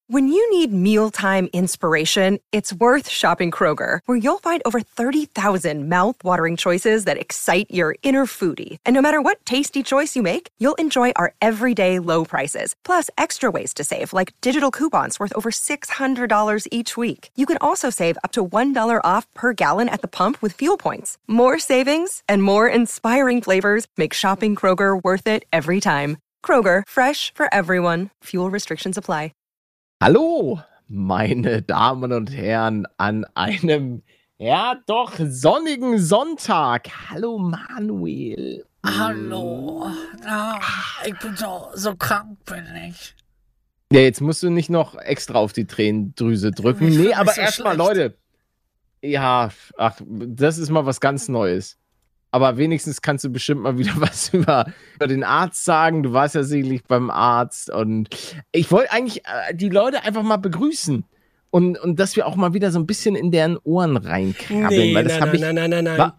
When you need mealtime inspiration, it's worth shopping Kroger, where you'll find over 30,000 mouth-watering choices that excite your inner foodie. And no matter what tasty choice you make, you'll enjoy our everyday low prices, plus extra ways to save, like digital coupons worth over $600 each week. You can also save up to $1 off per gallon at the pump with fuel points. More savings and more inspiring flavors make shopping Kroger worth it every time. Kroger, fresh for everyone. Fuel restrictions apply. Hallo, meine Damen und Herren, an einem, ja doch, sonnigen Sonntag. Hallo, Manuel. Hallo. Ja, ich bin so krank, bin ich. Ja, jetzt musst du nicht noch extra auf die Tränendrüse drücken. Nee, aber so erstmal, schlecht. Leute. Ja, ach, das ist mal was ganz Neues. Aber wenigstens kannst du bestimmt mal wieder was über den Arzt sagen. Du warst ja sicherlich beim Arzt. Und ich wollte eigentlich die Leute einfach mal begrüßen. Und dass wir auch mal wieder so ein bisschen in deren Ohren reinkrabbeln. Nee, weil das nein.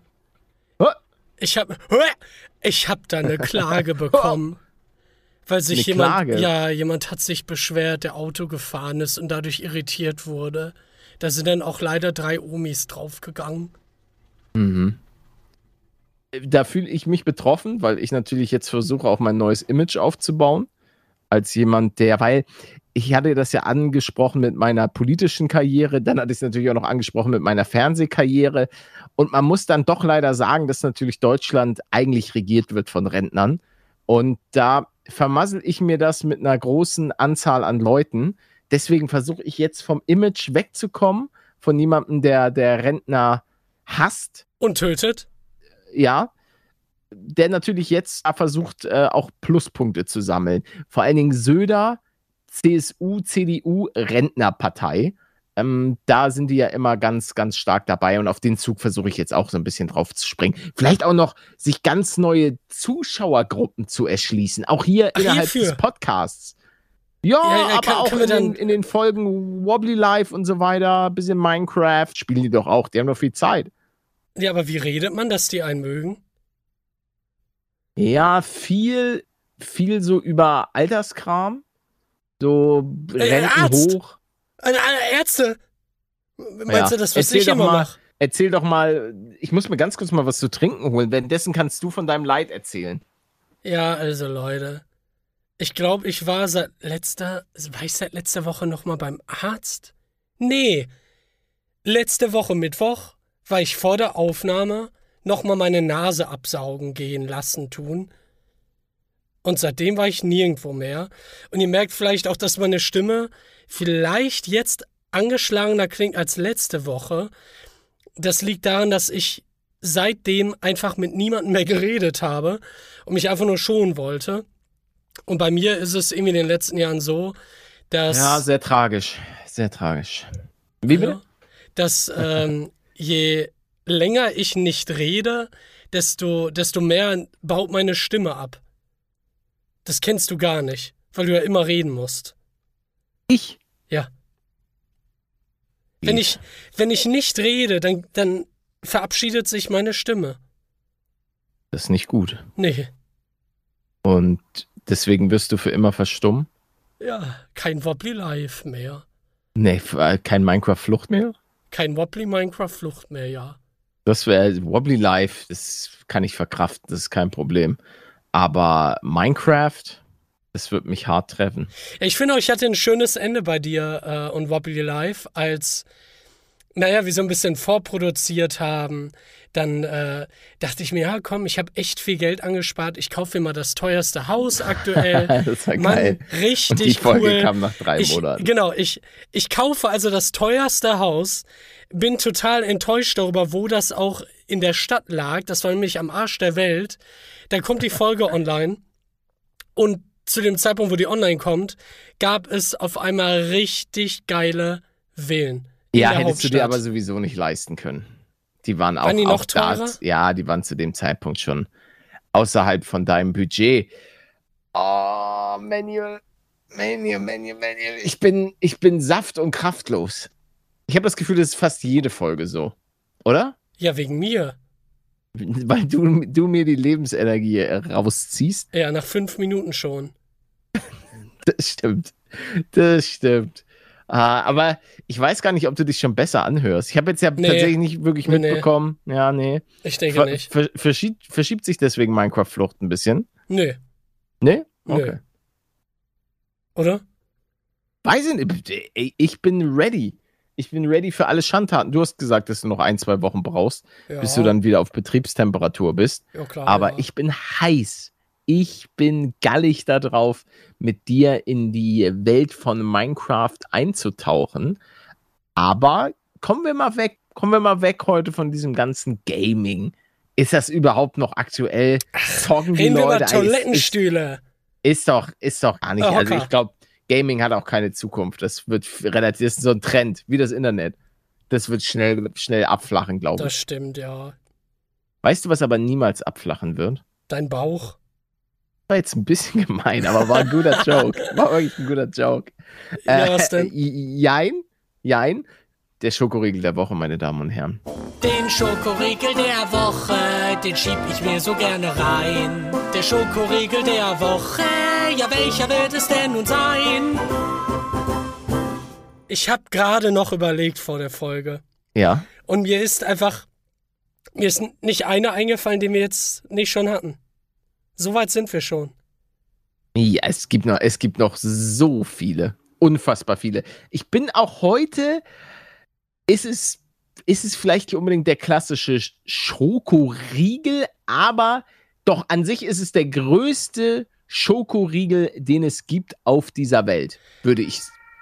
Ich hab da eine Klage bekommen. Weil sich jemand hat sich beschwert, der Auto gefahren ist und dadurch irritiert wurde. Da sind dann auch leider 3 Omis draufgegangen. Mhm. Da fühle ich mich betroffen, weil ich natürlich jetzt versuche, auch mein neues Image aufzubauen. Als jemand, weil ich hatte das ja angesprochen mit meiner politischen Karriere, dann hatte ich es natürlich auch noch angesprochen mit meiner Fernsehkarriere. Und man muss dann doch leider sagen, dass natürlich Deutschland eigentlich regiert wird von Rentnern. Und da vermassel ich mir das mit einer großen Anzahl an Leuten. Deswegen versuche ich jetzt vom Image wegzukommen, von jemandem, der Rentner hasst. Und tötet? Ja, der natürlich jetzt versucht, auch Pluspunkte zu sammeln. Vor allen Dingen Söder, CSU, CDU, Rentnerpartei. Da sind die ja immer ganz, ganz stark dabei und auf den Zug versuche ich jetzt auch so ein bisschen drauf zu springen. Vielleicht auch noch sich ganz neue Zuschauergruppen zu erschließen, auch hier innerhalb des Podcasts. Ja, aber auch in den Folgen Wobbly Life und so weiter, ein bisschen Minecraft, spielen die doch auch, die haben doch viel Zeit. Ja, aber wie redet man, dass die einen mögen? Ja, viel so über Alterskram. So Renten hoch. Ärzte! Meinst du das, was ich immer mache? Erzähl doch mal, ich muss mir ganz kurz mal was zu trinken holen. Währenddessen kannst du von deinem Leid erzählen. Ja, also Leute. Ich glaube, ich war seit letzter Woche noch mal beim Arzt? Nee. Letzte Woche Mittwoch war ich vor der Aufnahme noch mal meine Nase absaugen gehen lassen tun. Und seitdem war ich nirgendwo mehr. Und ihr merkt vielleicht auch, dass meine Stimme vielleicht jetzt angeschlagener klingt als letzte Woche. Das liegt daran, dass ich seitdem einfach mit niemandem mehr geredet habe und mich einfach nur schonen wollte. Und bei mir ist es irgendwie in den letzten Jahren so, dass... Ja, sehr tragisch. Sehr tragisch. Wie bitte? Dass je länger ich nicht rede, desto mehr baut meine Stimme ab. Das kennst du gar nicht, weil du ja immer reden musst. Ich? Ja. Wenn ich nicht rede, dann verabschiedet sich meine Stimme. Das ist nicht gut. Nee. Und deswegen wirst du für immer verstummen? Ja, kein Wobbly Life mehr. Nee, kein Minecraft-Flucht mehr? Kein Wobbly Minecraft-Flucht mehr, ja. Das wäre Wobbly Life, das kann ich verkraften, das ist kein Problem. Aber Minecraft, das wird mich hart treffen. Ja, ich finde auch, ich hatte ein schönes Ende bei dir und Wobbly Life, als, wir so ein bisschen vorproduziert haben. Dann dachte ich mir, ja komm, ich habe echt viel Geld angespart, ich kaufe mir mal das teuerste Haus aktuell. Das war geil. Richtig und die Folge cool. kam nach 3 Monaten. Genau, ich kaufe also das teuerste Haus, bin total enttäuscht darüber, wo das auch in der Stadt lag. Das war nämlich am Arsch der Welt. Dann kommt die Folge online und zu dem Zeitpunkt, wo die online kommt, gab es auf einmal richtig geile Villen. Ja, hättest du dir aber sowieso nicht leisten können. Die waren die noch teurer? Ja, die waren zu dem Zeitpunkt schon außerhalb von deinem Budget. Oh, Manuel. Ich bin saft- und kraftlos. Ich habe das Gefühl, das ist fast jede Folge so. Oder? Ja, wegen mir. Weil du mir die Lebensenergie rausziehst? Ja, nach 5 Minuten schon. Das stimmt. Aber ich weiß gar nicht, ob du dich schon besser anhörst. Ich habe jetzt ja tatsächlich nicht wirklich mitbekommen. Nee. Ja, nee. Ich denke nicht. Verschiebt sich deswegen Minecraft-Flucht ein bisschen? Nee. Nee? Okay. Nö. Oder? Weiß ich nicht. Ich bin ready. Ich bin ready für alle Schandtaten. Du hast gesagt, dass du noch 1-2 Wochen brauchst, bis du dann wieder auf Betriebstemperatur bist. Ja, klar, aber ich bin heiß. Ich bin gallig da drauf, mit dir in die Welt von Minecraft einzutauchen. Aber kommen wir mal weg heute von diesem ganzen Gaming. Ist das überhaupt noch aktuell? Zocken die Leute? Toilettenstühle. Ist doch gar nicht. Also ich glaube, Gaming hat auch keine Zukunft. Das ist so ein Trend, wie das Internet. Das wird schnell abflachen, glaube ich. Das stimmt, ja. Weißt du, was aber niemals abflachen wird? Dein Bauch. War jetzt ein bisschen gemein, aber war ein guter Joke. War wirklich ein guter Joke. Ja, was denn? Jein. Der Schokoriegel der Woche, meine Damen und Herren. Den Schokoriegel der Woche, den schieb ich mir so gerne rein. Der Schokoriegel der Woche, ja, welcher wird es denn nun sein? Ich habe gerade noch überlegt vor der Folge. Ja. Und mir ist nicht einer eingefallen, den wir jetzt nicht schon hatten. So weit sind wir schon. Ja, es gibt noch so viele. Unfassbar viele. Ich bin auch heute, ist es vielleicht nicht unbedingt der klassische Schokoriegel, aber doch an sich ist es der größte Schokoriegel, den es gibt auf dieser Welt, würde ich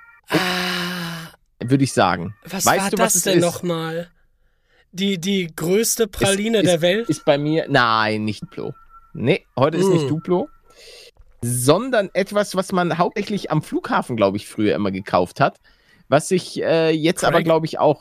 sagen. Was war das denn nochmal? Die größte Praline der Welt? Ist bei mir, nein, nicht Duplo. Nee, heute ist nicht Duplo, sondern etwas, was man hauptsächlich am Flughafen, glaube ich, früher immer gekauft hat, was sich jetzt Crack? aber, glaube ich, auch...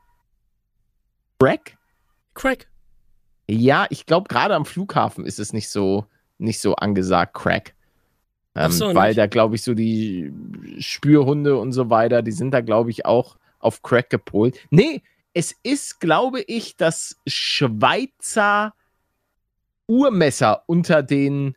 Crack? Ja, ich glaube, gerade am Flughafen ist es nicht so angesagt, Crack. Weil da, glaube ich, so die Spürhunde und so weiter, die sind da, glaube ich, auch auf Crack gepolt. Nee, es ist, glaube ich, das Schweizer Urmesser unter den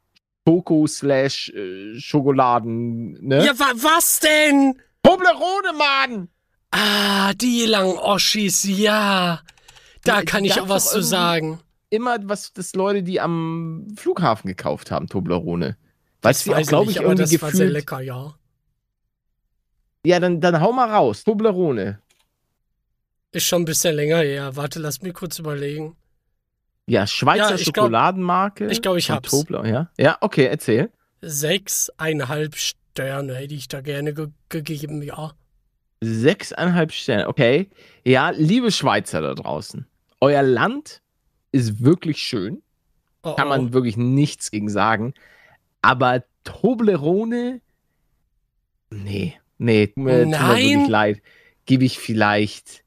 Schoko/Schokoladen, ne? Ja, was denn? Toblerone, Mann! Ah, die langen Oschis, ja. Da kann ich auch was zu sagen. Immer was, das Leute, die am Flughafen gekauft haben, Toblerone. Weißt du, glaube ich, aber irgendwie das gefühlt... war sehr lecker, ja. Ja, dann hau mal raus. Toblerone. Ist schon ein bisschen länger her. Warte, lass mich kurz überlegen. Ja, Schweizer Schokoladenmarke. Ich glaube, ich hab's. Ja, okay, erzähl. 6,5 Sterne hätte ich da gerne gegeben, ja. 6,5 Sterne, okay. Ja, liebe Schweizer da draußen, euer Land ist wirklich schön. Kann man wirklich nichts gegen sagen. Aber Toblerone, nee, tut mir wirklich leid. Gebe ich vielleicht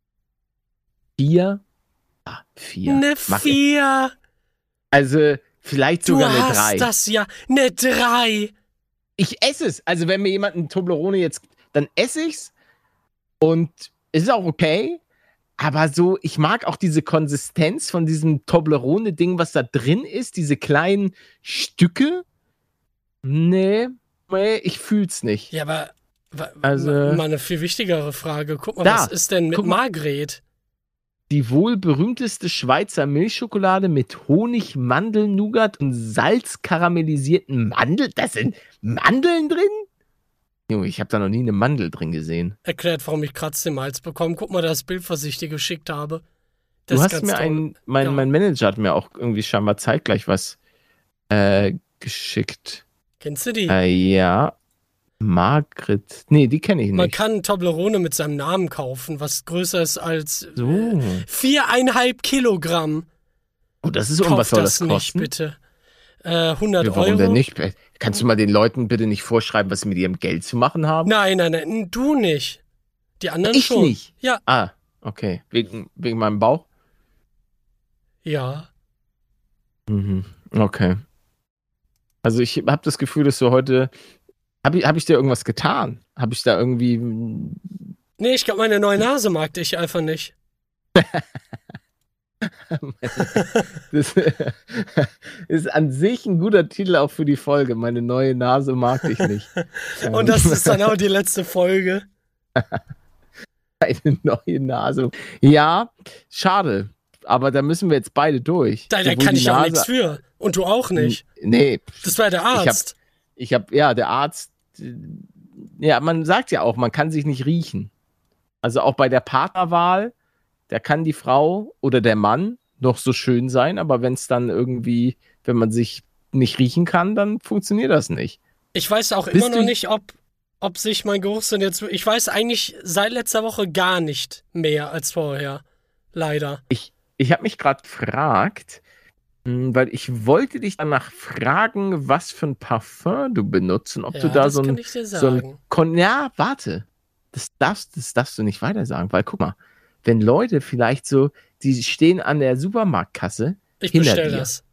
4? 4. Eine 4. Also, vielleicht sogar eine 3. Du hast das ja, eine 3. Ich esse es. Also, wenn mir jemand ein Toblerone jetzt, dann esse ich's. Und es ist auch okay. Aber so, ich mag auch diese Konsistenz von diesem Toblerone-Ding, was da drin ist. Diese kleinen Stücke. Nee, ich fühl's nicht. Ja, aber also, mal eine viel wichtigere Frage. Guck mal, was ist denn mit Margret? Die wohl berühmteste Schweizer Milchschokolade mit Honig, Mandeln, Nougat und Salz karamellisierten Mandeln. Da sind Mandeln drin? Junge, ich habe da noch nie eine Mandel drin gesehen. Erklärt, warum ich Kratz im Hals bekomme. Guck mal, das Bild, was ich dir geschickt habe. Das du hast mir mein Manager hat mir auch irgendwie scheinbar zeitgleich was geschickt. Kennst du die? Ja. Margret. Nee, die kenne ich nicht. Man kann Toblerone mit seinem Namen kaufen, was größer ist als 4,5 Kilogramm. Oh, das ist was soll das kosten? Nicht, bitte. 100 Warum Euro. Denn nicht? Kannst du mal den Leuten bitte nicht vorschreiben, was sie mit ihrem Geld zu machen haben? Nein, du nicht. Die anderen ich schon. Nicht? Ja. Ah, okay. Wegen meinem Bauch? Ja. Mhm. Okay. Also ich habe das Gefühl, dass du heute... Hab ich dir irgendwas getan? Habe ich da irgendwie... Nee, ich glaube, meine neue Nase mag dich einfach nicht. Das ist an sich ein guter Titel auch für die Folge. Meine neue Nase mag dich nicht. Und das ist dann auch die letzte Folge. Eine neue Nase. Ja, schade. Aber da müssen wir jetzt beide durch. Da Sowohl kann die ich auch Nase- nichts für. Und du auch nicht. Nee. Das war der Arzt. Der Arzt, ja, man sagt ja auch, man kann sich nicht riechen. Also auch bei der Partnerwahl, da kann die Frau oder der Mann noch so schön sein, aber wenn man sich nicht riechen kann, dann funktioniert das nicht. Ich weiß auch immer noch nicht, ob sich mein Geruchssinn jetzt... Ich weiß eigentlich seit letzter Woche gar nicht mehr als vorher. Leider. Ich habe mich gerade gefragt, weil ich wollte dich danach fragen, was für ein Parfum du benutzt und ob du da das kann ich dir sagen. Ja, warte. Das darfst du nicht weiter sagen, weil guck mal, wenn Leute vielleicht so, die stehen an der Supermarktkasse Ich hinter bestell dir. das.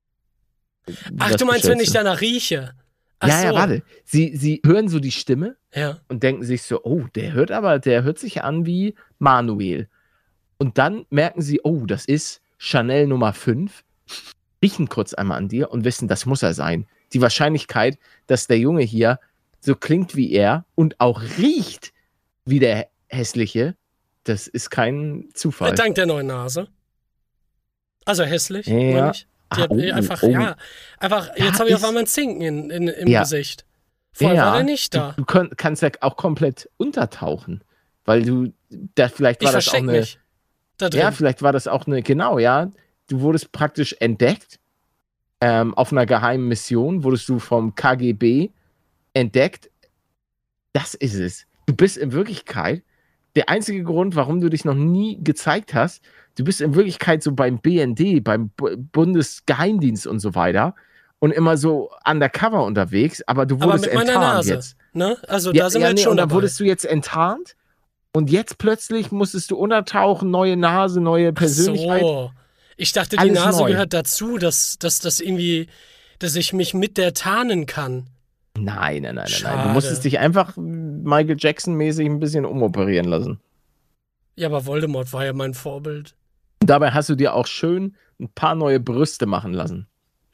Ach, Was du meinst, wenn ich bestellst danach rieche? du? Ja, warte. Sie hören so die Stimme Ja. und denken sich so, oh, der hört sich an wie Manuel. Und dann merken sie, oh, das ist Chanel Nummer 5, riechen kurz einmal an dir und wissen, das muss er sein. Die Wahrscheinlichkeit, dass der Junge hier so klingt wie er und auch riecht wie der hässliche, das ist kein Zufall. Dank der neuen Nase. Also hässlich, Ja. meine ich. Die hat einfach, jetzt habe ich auf ist- einmal ein Zinken im Ja. Gesicht. Vorher war der nicht da. Du kannst ja auch komplett untertauchen, weil vielleicht Ich war das auch verstecke eine... mich da drin. Ja, vielleicht war das auch genau, ja. Du wurdest praktisch entdeckt, auf einer geheimen Mission, wurdest du vom KGB entdeckt. Das ist es. Du bist in Wirklichkeit, der einzige Grund, warum du dich noch nie gezeigt hast, du bist in Wirklichkeit so beim BND, beim Bundesgeheimdienst und so weiter und immer so undercover unterwegs, aber du Aber wurdest mit meiner enttarnt Nase. jetzt. Ne? Also da sind wir jetzt nee, schon und dann dabei. wurdest du jetzt enttarnt und jetzt plötzlich musstest du untertauchen, neue Nase, neue Persönlichkeit. So. Ich dachte, die Alles Nase neu. gehört dazu, dass das irgendwie, dass ich mich mit der tarnen kann. Nein. Du Schade. musstest dich einfach Michael Jackson-mäßig ein bisschen umoperieren lassen. Ja, aber Voldemort war ja mein Vorbild. Und dabei hast du dir auch schön ein paar neue Brüste machen lassen.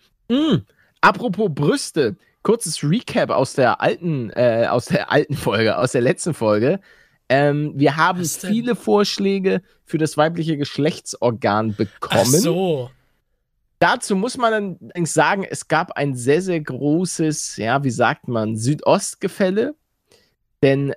Apropos Brüste, kurzes Recap aus der alten Folge, aus der letzten Folge. Wir haben Was denn? viele Vorschläge für das weibliche Geschlechtsorgan bekommen. Ach so. Dazu muss man dann allerdings sagen, es gab ein sehr, sehr großes, ja, wie sagt man, Südostgefälle. Denn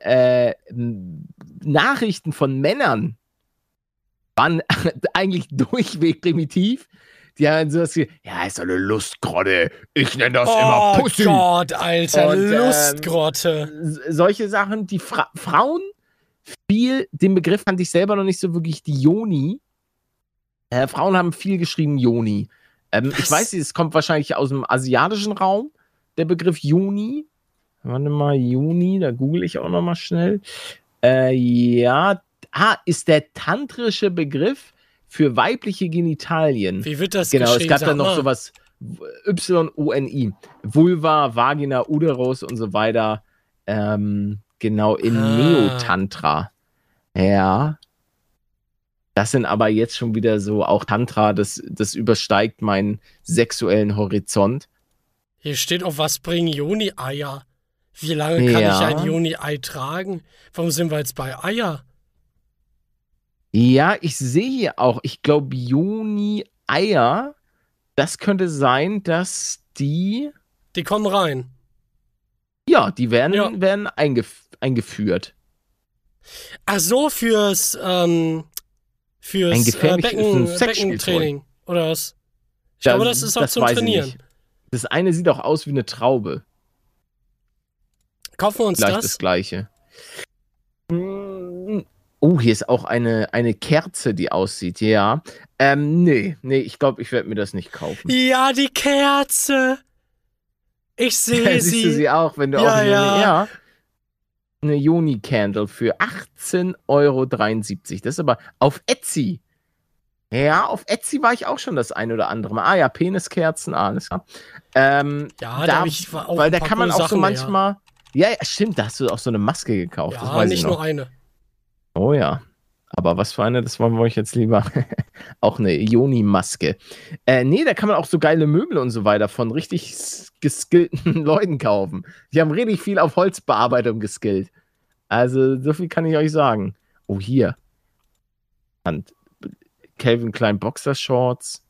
Nachrichten von Männern waren eigentlich durchweg primitiv. Die haben sowas wie, ja, ist doch eine Lustgrotte. Ich nenne das immer Pussy. Oh Gott, Alter, Und, Lustgrotte. Solche Sachen, die Frauen den Begriff fand ich selber noch nicht so wirklich, die Joni. Frauen haben viel geschrieben Joni. Ich weiß nicht, es kommt wahrscheinlich aus dem asiatischen Raum, der Begriff Joni. Warte mal, Juni, da google ich auch noch mal schnell. Ist der tantrische Begriff für weibliche Genitalien. Wie wird das Genau, geschrieben? es gab Sag dann noch mal. sowas Y-O-N-I. Vulva, Vagina, Uterus und so weiter. Genau, im Neotantra. Ja. Das sind aber jetzt schon wieder so, auch Tantra, das übersteigt meinen sexuellen Horizont. Hier steht auch, was bringen Joni-Eier? Wie lange kann ich ein Joni-Ei tragen? Warum sind wir jetzt bei Eier? Ja, ich sehe hier auch, ich glaube, Joni-Eier, das könnte sein, dass die kommen rein. Ja, die werden eingeführt. Ach so, fürs Ein gefährliches Beckentraining. Oder was? Ich glaube, das ist auch zum weiß ich Trainieren. nicht. Das eine sieht auch aus wie eine Traube. Kaufen wir uns Vielleicht das Gleiche. Oh, hier ist auch eine Kerze, die aussieht, ja. Nee, ich glaube, ich werde mir das nicht kaufen. Ja, die Kerze. Ich sehe sie. Siehst du sie auch, wenn du Ja, auch ja. eine Joni-Candle für 18,73 €. Das ist aber auf Etsy. Ja, auf Etsy war ich auch schon das ein oder andere Mal. Ah ja, Peniskerzen, alles klar. Ja, da hab ich auch weil ein da paar kann man coole auch so Sachen, manchmal. Ja, stimmt, da hast du auch so eine Maske gekauft. das Ja, weiß nicht ich noch. nur eine. Oh ja. Aber was für eine, das wollen wir euch jetzt lieber. Auch eine Joni-Maske. Nee, da kann man auch so geile Möbel und so weiter von richtig geskillten Leuten kaufen. Die haben richtig viel auf Holzbearbeitung geskillt. Also, so viel kann ich euch sagen. Oh, hier. Und Calvin Klein Boxershorts.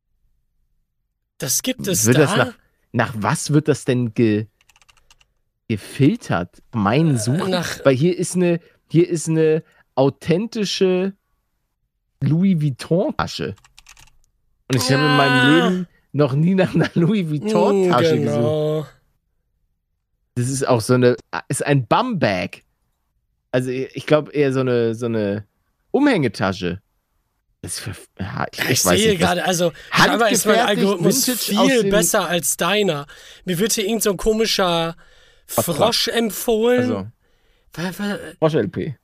Das gibt es Wird da? das nach was wird das denn gefiltert? Mein Suchen? Weil hier ist eine authentische Louis Vuitton-Tasche. Und ich habe in meinem Leben noch nie nach einer Louis Vuitton-Tasche gesucht. Das ist auch ist ein Bum-Bag. Also ich glaube eher so eine Umhängetasche. Ich sehe gerade, also scheinbar ist mein Algorithmus viel besser als deiner. Mir wird hier irgend so ein komischer Frosch empfohlen. Also, Frosch-LP.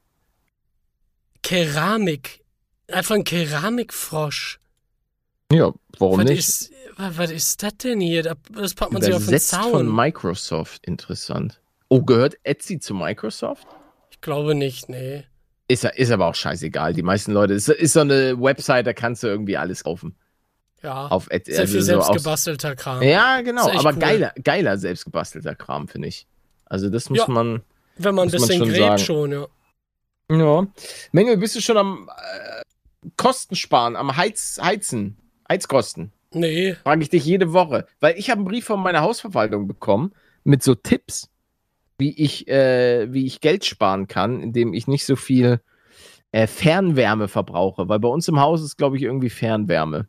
Keramik. Einfach ein Keramikfrosch. Ja, warum nicht? Was ist das denn hier? Das packt man sich auf den Zaun. Von Microsoft, interessant. Oh, gehört Etsy zu Microsoft? Ich glaube nicht, nee. Ist aber auch scheißegal. Die meisten Leute, ist so eine Website, da kannst du irgendwie alles kaufen. Ja, auf Etsy, sehr viel selbstgebastelter Kram. Ja, genau, aber cool. geiler selbstgebastelter Kram, finde ich. Also das muss man wenn man ein bisschen gräbt schon, ja. Ja. Mengel, bist du schon am Kosten sparen, am Heizkosten? Nee. Frage ich dich jede Woche. Weil ich habe einen Brief von meiner Hausverwaltung bekommen mit so Tipps, wie ich Geld sparen kann, indem ich nicht so viel Fernwärme verbrauche. Weil bei uns im Haus ist, glaube ich, irgendwie Fernwärme.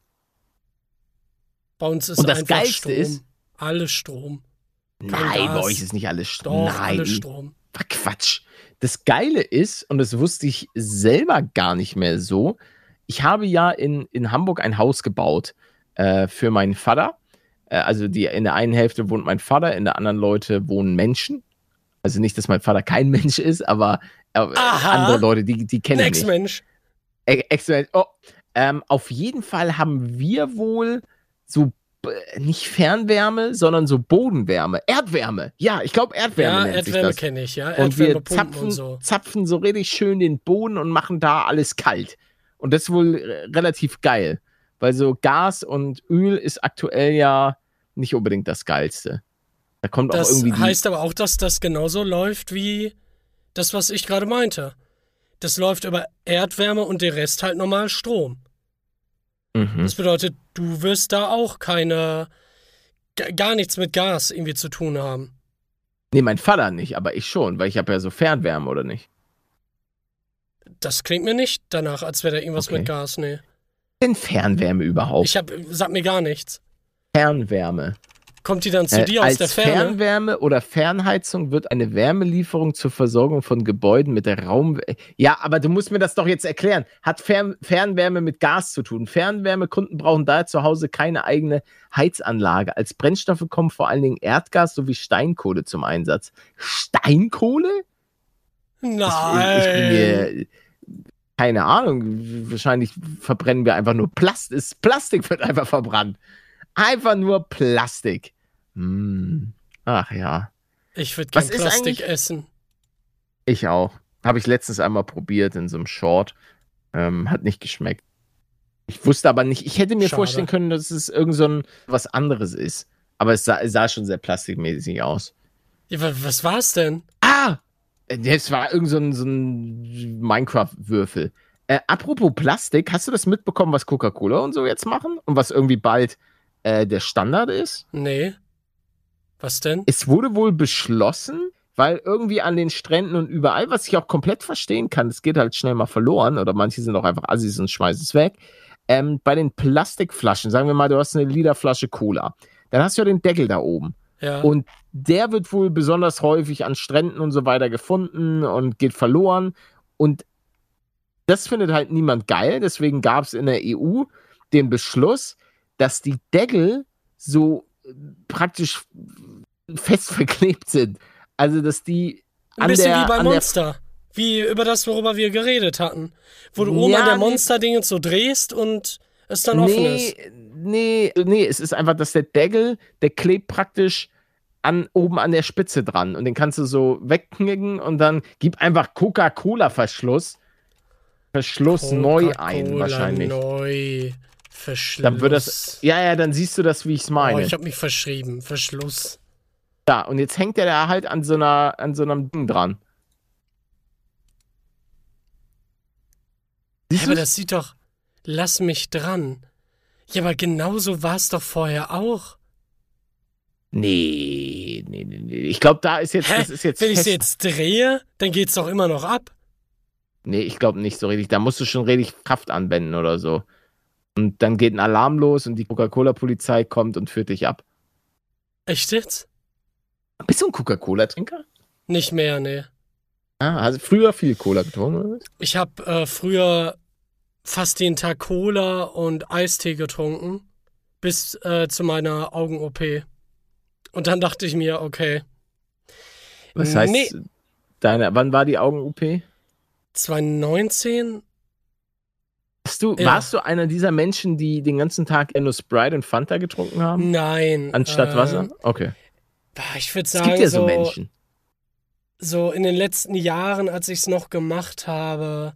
Bei uns ist und das einfach Geilste Strom. Ist, alles Strom. Nein, bei euch ist nicht alles Strom. Doch, Nein, alles Strom. Quatsch. Das Geile ist, und das wusste ich selber gar nicht mehr so, ich habe ja in Hamburg ein Haus gebaut für meinen Vater. Also in der einen Hälfte wohnt mein Vater, in der anderen Hälfte wohnen Menschen. Also nicht, dass mein Vater kein Mensch ist, aber andere Leute, die kennen ihn nicht. Ex-Mensch. Ex-Mensch. Oh. Auf jeden Fall haben wir wohl so nicht Fernwärme, sondern so Bodenwärme. Erdwärme. Ja, ich glaube Erdwärme nennt sich das. Erdwärme kenne ich, ja. Und wir so. zapfen so richtig schön den Boden und machen da alles kalt. Und das ist wohl relativ geil. Weil so Gas und Öl ist aktuell ja nicht unbedingt das Geilste. Da kommt auch irgendwie. Das heißt aber auch, dass das genauso läuft wie das, was ich gerade meinte. Das läuft über Erdwärme und der Rest halt normal Strom. Mhm. Das bedeutet, du wirst da auch gar nichts mit Gas irgendwie zu tun haben. Nee, mein Vater nicht, aber ich schon, weil ich habe ja so Fernwärme, oder nicht? Das klingt mir nicht danach, als wäre da irgendwas mit Gas, nee. Denn Fernwärme überhaupt? Sag mir gar nichts. Fernwärme. Kommt die dann zu dir aus der Ferne? Als Fernwärme oder Fernheizung wird eine Wärmelieferung zur Versorgung von Gebäuden mit der Ja, aber du musst mir das doch jetzt erklären. Hat Fernwärme mit Gas zu tun? Fernwärmekunden brauchen daher zu Hause keine eigene Heizanlage. Als Brennstoffe kommen vor allen Dingen Erdgas sowie Steinkohle zum Einsatz. Steinkohle? Nein. Keine Ahnung. Wahrscheinlich verbrennen wir einfach nur Plastik. Plastik wird einfach verbrannt. Einfach nur Plastik. Ach ja. Ich würde gerne Plastik essen. Ich auch. Habe ich letztens einmal probiert in so einem Short. Hat nicht geschmeckt. Ich wusste aber nicht, ich hätte mir vorstellen können, dass es was anderes ist. Aber es sah schon sehr plastikmäßig aus. Ja, was war es denn? Es war irgend so ein Minecraft-Würfel. Apropos Plastik, hast du das mitbekommen, was Coca-Cola und so jetzt machen? Und was irgendwie bald der Standard ist? Nee. Was denn? Es wurde wohl beschlossen, weil irgendwie an den Stränden und überall, was ich auch komplett verstehen kann, es geht halt schnell mal verloren oder manche sind auch einfach Assis und schmeißen es weg. Bei den Plastikflaschen, sagen wir mal, du hast eine Literflasche Cola, dann hast du ja den Deckel da oben. Ja. Und der wird wohl besonders häufig an Stränden und so weiter gefunden und geht verloren. Und das findet halt niemand geil. Deswegen gab es in der EU den Beschluss, dass die Deckel so praktisch fest verklebt sind. Also, dass die ein bisschen wie bei Monster. Wie über das, worüber wir geredet hatten. Wo du oben an der Monster-Dinge so drehst und es dann offen ist. Nee, es ist einfach, dass der Deckel, der klebt praktisch oben an der Spitze dran. Und den kannst du so wegknicken und dann gib einfach Coca-Cola-Verschluss neu ein, wahrscheinlich. Neu. Verschluss. Dann wird das. Ja, dann siehst du das, wie ich es meine. Ich habe mich verschrieben. Verschluss. Ja, und jetzt hängt der da halt an so einem Ding dran. Siehst aber du's? das sieht doch... Lass mich dran. Ja, aber genauso war es doch vorher auch. Nee. Ich glaube, das ist jetzt Wenn ich fest. sie jetzt drehe, dann geht's doch immer noch ab. Nee, ich glaube nicht so richtig. Da musst du schon richtig Kraft anwenden oder so. Und dann geht ein Alarm los und die Coca-Cola-Polizei kommt und führt dich ab. Echt jetzt? Bist du ein Coca-Cola-Trinker? Nicht mehr, nee. Ah, hast du früher viel Cola getrunken, oder was? Ich habe früher fast jeden Tag Cola und Eistee getrunken. Bis zu meiner Augen-OP. Und dann dachte ich mir, okay. Was heißt, Nee. wann war die Augen-OP? 2019? Ja. Warst du einer dieser Menschen, die den ganzen Tag eher nur Sprite und Fanta getrunken haben? Nein. Anstatt Wasser? Okay. Ich würde Es sagen, gibt ja so Menschen. so in den letzten Jahren, als ich es noch gemacht habe,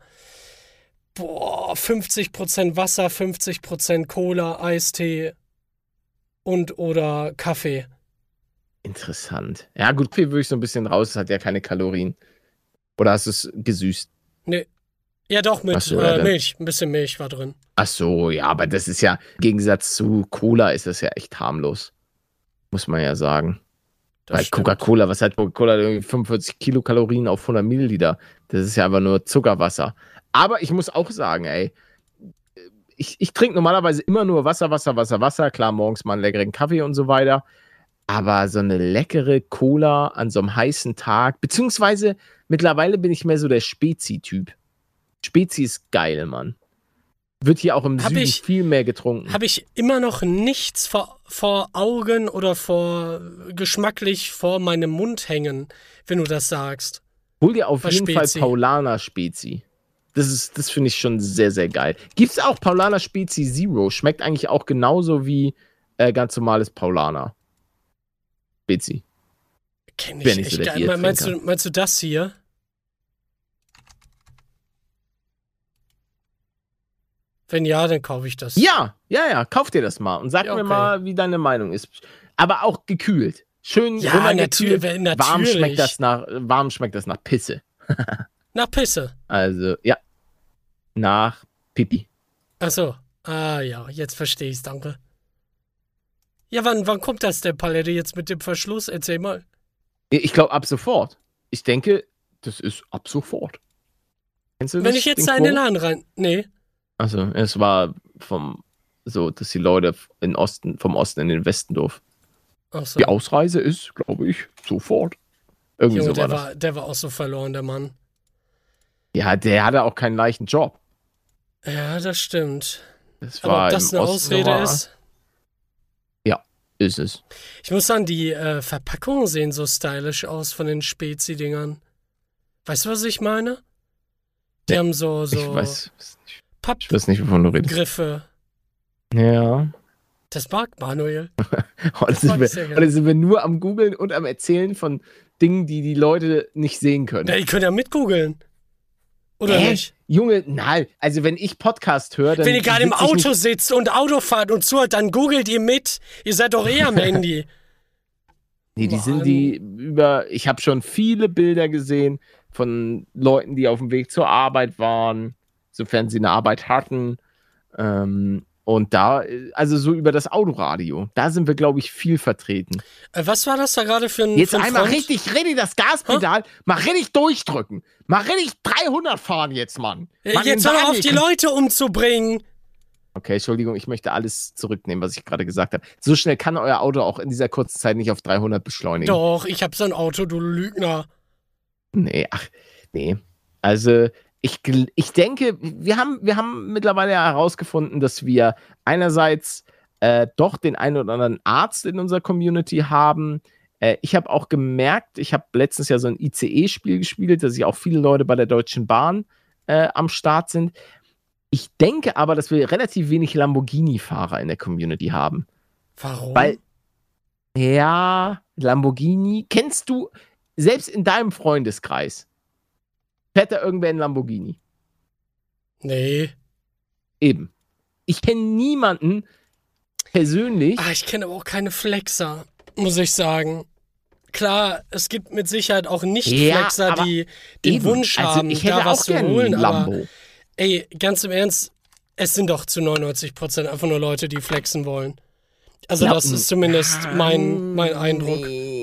50% Wasser, 50% Cola, Eistee und oder Kaffee. Interessant. Ja, gut, Kaffee würde ich so ein bisschen raus, es hat ja keine Kalorien. Oder hast du es gesüßt? Nee. Ja, doch, mit Ach so, ja, dann- Milch. Ein bisschen Milch war drin. Ach so, ja, aber das ist ja, im Gegensatz zu Cola ist das ja echt harmlos. Muss man ja sagen. Das Weil stimmt. Coca-Cola, was hat Coca-Cola? Irgendwie 45 Kilokalorien auf 100 Milliliter. Das ist ja einfach nur Zuckerwasser. Aber ich muss auch sagen, ey, ich trinke normalerweise immer nur Wasser. Klar, morgens mal einen leckeren Kaffee und so weiter. Aber so eine leckere Cola an so einem heißen Tag, beziehungsweise mittlerweile bin ich mehr so der Spezi-Typ. Spezi ist geil, Mann. Wird hier auch im Hab Süden ich- viel mehr getrunken. Habe ich immer noch nichts vor Augen oder geschmacklich vor meinem Mund hängen, wenn du das sagst. Hol dir auf bei jeden Spezi. Fall Paulaner Spezi. Das finde ich schon sehr, sehr geil. Gibt's auch Paulaner Spezi Zero. Schmeckt eigentlich auch genauso wie ganz normales Paulaner Spezi. Kenn Bin ich nicht so echt der geil. Biertrinker. Meinst du das hier? Wenn ja, dann kaufe ich das. Ja, kauf dir das mal und sag Ja, mir okay. mal, wie deine Meinung ist. Aber auch gekühlt. Schön Ja, runtergekühlt. natürlich. Warm schmeckt das nach Pisse. Nach Pisse. Also, ja. Nach Pipi. Achso. Ah ja, jetzt verstehe ich's, danke. Ja, wann kommt das denn, Palette, jetzt mit dem Verschluss? Erzähl mal. Ich glaube, ab sofort. Ich denke, das ist ab sofort. Kennst du das? Wenn ich jetzt den da in den Quote? Laden rein... Nee. Also, es war dass die Leute vom Osten in den Westen durften. Achso. Die Ausreise ist, glaube ich, sofort. Irgendwie Junge, so war das. der war auch so verloren, der Mann. Ja, der hatte auch keinen leichten Job. Ja, das stimmt. Das Aber war ob das im eine Osten Ausrede war- ist? Ist es. Ich muss sagen, die Verpackungen sehen so stylisch aus von den Spezi-Dingern. Weißt du, was ich meine? Die Nee, haben so Ich weiß nicht, wovon du redest. Pappgriffe. Ja. Das mag Manuel. Heute mag ich sehr gerne. sind wir nur am Googeln und am Erzählen von Dingen, die die Leute nicht sehen können. Ja, die können ja mitgoogeln. Oder nicht? Junge, nein. Also wenn ich Podcast höre, dann Wenn ihr gerade im sitz ich Auto nicht- sitzt und Auto fahrt und zuhört, dann googelt ihr mit. Ihr seid doch eh am Handy. Nee, die sind Mann. ich habe schon viele Bilder gesehen von Leuten, die auf dem Weg zur Arbeit waren, sofern sie eine Arbeit hatten. Und da, also so über das Autoradio, da sind wir, glaube ich, viel vertreten. Was war das da gerade für ein Jetzt für ein einmal Front? richtig das Gaspedal, mal richtig durchdrücken. Mal richtig 300 fahren jetzt, Mann. Mann, Jetzt den hör auf, Daniel die kann- Leute umzubringen. Okay, Entschuldigung, ich möchte alles zurücknehmen, was ich gerade gesagt habe. So schnell kann euer Auto auch in dieser kurzen Zeit nicht auf 300 beschleunigen. Doch, ich hab so ein Auto, du Lügner. Nee. Also, ich denke, wir haben mittlerweile ja herausgefunden, dass wir einerseits doch den einen oder anderen Arzt in unserer Community haben. Ich habe auch gemerkt, ich habe letztens ja so ein ICE-Spiel gespielt, dass ja auch viele Leute bei der Deutschen Bahn am Start sind. Ich denke aber, dass wir relativ wenig Lamborghini-Fahrer in der Community haben. Warum? Weil, ja, Lamborghini, kennst du, selbst in deinem Freundeskreis, fährt da irgendwer in Lamborghini? Nee. Eben. Ich kenne niemanden persönlich. Ich kenne aber auch keine Flexer, muss ich sagen. Klar, es gibt mit Sicherheit auch Ja, Nicht-Flexer, aber die den eben. Wunsch Also haben, ich hätte da was auch zu gerne holen, einen aber Lambo. Ey, ganz im Ernst, es sind doch zu 99% einfach nur Leute, die flexen wollen. Also das ist zumindest mein Eindruck.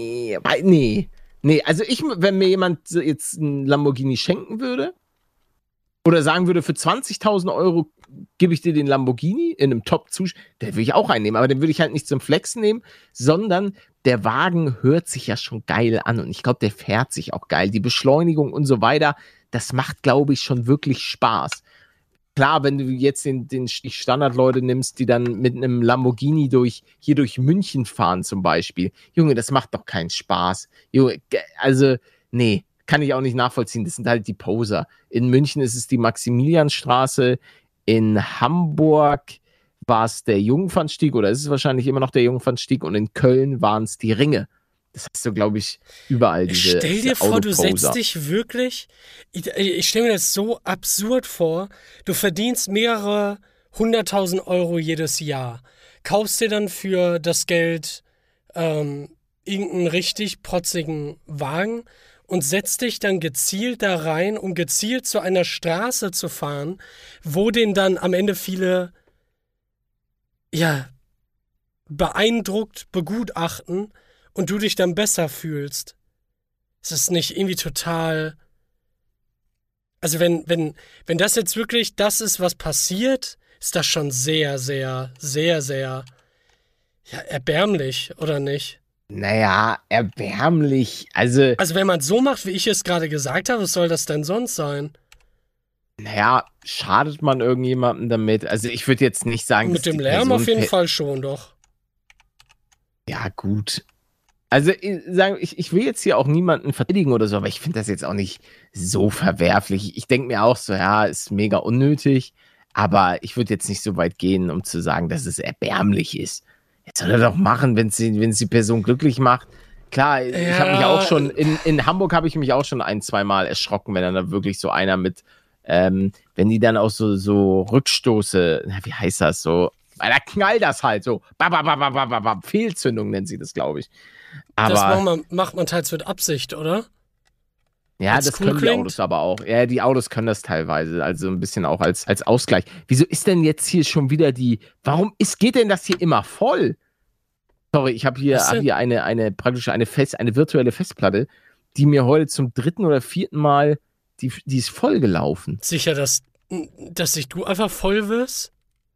Nee, also wenn mir jemand jetzt einen Lamborghini schenken würde oder sagen würde, für 20.000 Euro gebe ich dir den Lamborghini in einem Top-Zustand, den würde ich auch einnehmen, aber den würde ich halt nicht zum Flexen nehmen, sondern der Wagen hört sich ja schon geil an und ich glaube, der fährt sich auch geil. Die Beschleunigung und so weiter, das macht, glaube ich, schon wirklich Spaß. Klar, wenn du jetzt die Standardleute nimmst, die dann mit einem Lamborghini durch München fahren zum Beispiel. Junge, das macht doch keinen Spaß. Junge, also, nee, kann ich auch nicht nachvollziehen. Das sind halt die Poser. In München ist es die Maximilianstraße. In Hamburg war es der Jungfernstieg oder ist es wahrscheinlich immer noch der Jungfernstieg und in Köln waren es die Ringe. Das hast du, glaube ich, überall diese Stell dir vor, du setzt dich wirklich, ich stelle mir das so absurd vor, du verdienst mehrere 100.000 Euro jedes Jahr, kaufst dir dann für das Geld irgendeinen richtig protzigen Wagen und setzt dich dann gezielt da rein, um gezielt zu einer Straße zu fahren, wo den dann am Ende viele, ja, beeindruckt begutachten, und du dich dann besser fühlst. Ist das nicht irgendwie total... Also wenn das jetzt wirklich das ist, was passiert, ist das schon sehr, sehr, sehr, sehr erbärmlich, oder nicht? Naja, erbärmlich. Also wenn man so macht, wie ich es gerade gesagt habe, was soll das denn sonst sein? Naja, schadet man irgendjemandem damit? Also ich würde jetzt nicht sagen... Mit dem Lärm auf jeden Fall schon, doch. Ja, gut. Also, ich will jetzt hier auch niemanden verteidigen oder so, aber ich finde das jetzt auch nicht so verwerflich. Ich denke mir auch so, ja, ist mega unnötig, aber ich würde jetzt nicht so weit gehen, um zu sagen, dass es erbärmlich ist. Jetzt soll er doch machen, wenn es die Person glücklich macht. Klar, ich habe mich auch schon, in Hamburg habe ich mich auch schon 1-2 Mal erschrocken, wenn dann da wirklich so einer mit, wenn die dann auch so Rückstoße, wie heißt das so, weil da knallt das halt so, Fehlzündung nennt sie das, glaube ich. Aber das macht man teils mit Absicht, oder? Ja, das können die Autos aber auch. Ja, die Autos können das teilweise, also ein bisschen auch als Ausgleich. Wieso ist denn jetzt hier schon wieder geht denn das hier immer voll? Sorry, ich habe hier praktisch eine virtuelle Festplatte, die mir heute zum 3. oder 4. Mal, die ist voll gelaufen. Sicher, dass du einfach voll wirst?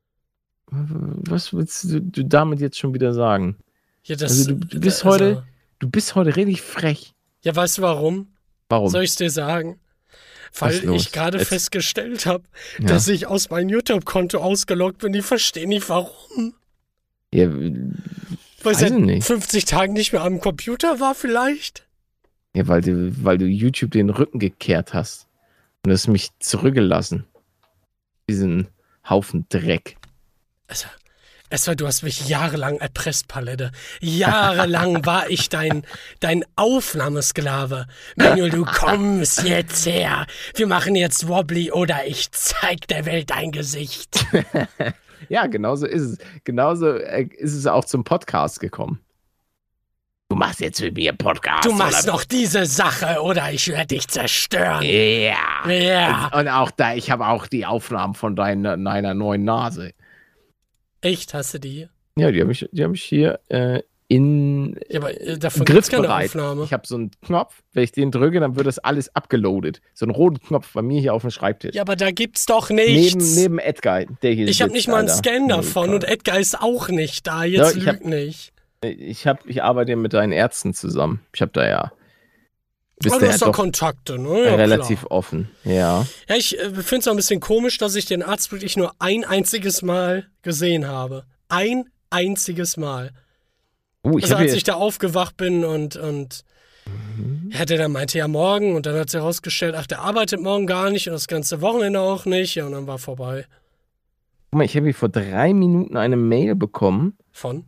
Was willst du damit jetzt schon wieder sagen? Ja, du bist heute richtig frech. Ja, weißt du warum? Warum? Soll ich es dir sagen? Weil ich gerade festgestellt habe, dass ich aus meinem YouTube-Konto ausgeloggt bin. Ich verstehe nicht, warum. Ja, weil ich seit 50 Tagen nicht mehr am Computer war vielleicht? Ja, weil du YouTube den Rücken gekehrt hast. Und hast mich zurückgelassen. Diesen Haufen Dreck. Du hast mich jahrelang erpresst, Palette. Jahrelang war ich dein Aufnahmesklave. Manuel, du kommst jetzt her. Wir machen jetzt Wobbly oder ich zeig der Welt dein Gesicht. Ja, genauso ist es. Genauso ist es auch zum Podcast gekommen. Du machst jetzt mit mir Podcast. Du machst noch diese Sache oder ich werde dich zerstören. Ja. Und auch ich habe auch die Aufnahmen von deiner neuen Nase. Echt, hast du die? Ja, die hab ich hier in aber davon gibt's keine griffbereit. Aufnahme. Ich habe so einen Knopf, wenn ich den drücke, dann wird das alles abgeloadet. So einen roten Knopf bei mir hier auf dem Schreibtisch. Ja, aber da gibt's doch nichts. Neben Edgar, der hier Ich habe nicht mal einen Scan davon und Edgar ist auch nicht da. Jetzt lüg nicht. Ich arbeite ja mit deinen Ärzten zusammen. Ich habe da ja... Aber du hast doch Kontakte, ne? Ja, relativ klar. offen, ja. Ja, ich finde es auch ein bisschen komisch, dass ich den Arzt wirklich nur ein einziges Mal gesehen habe. Ein einziges Mal. Als ich da aufgewacht bin und der meinte ja morgen und dann hat sie herausgestellt, der arbeitet morgen gar nicht und das ganze Wochenende auch nicht. Ja, und dann war vorbei. Guck mal, ich habe hier vor 3 Minuten eine Mail bekommen. Von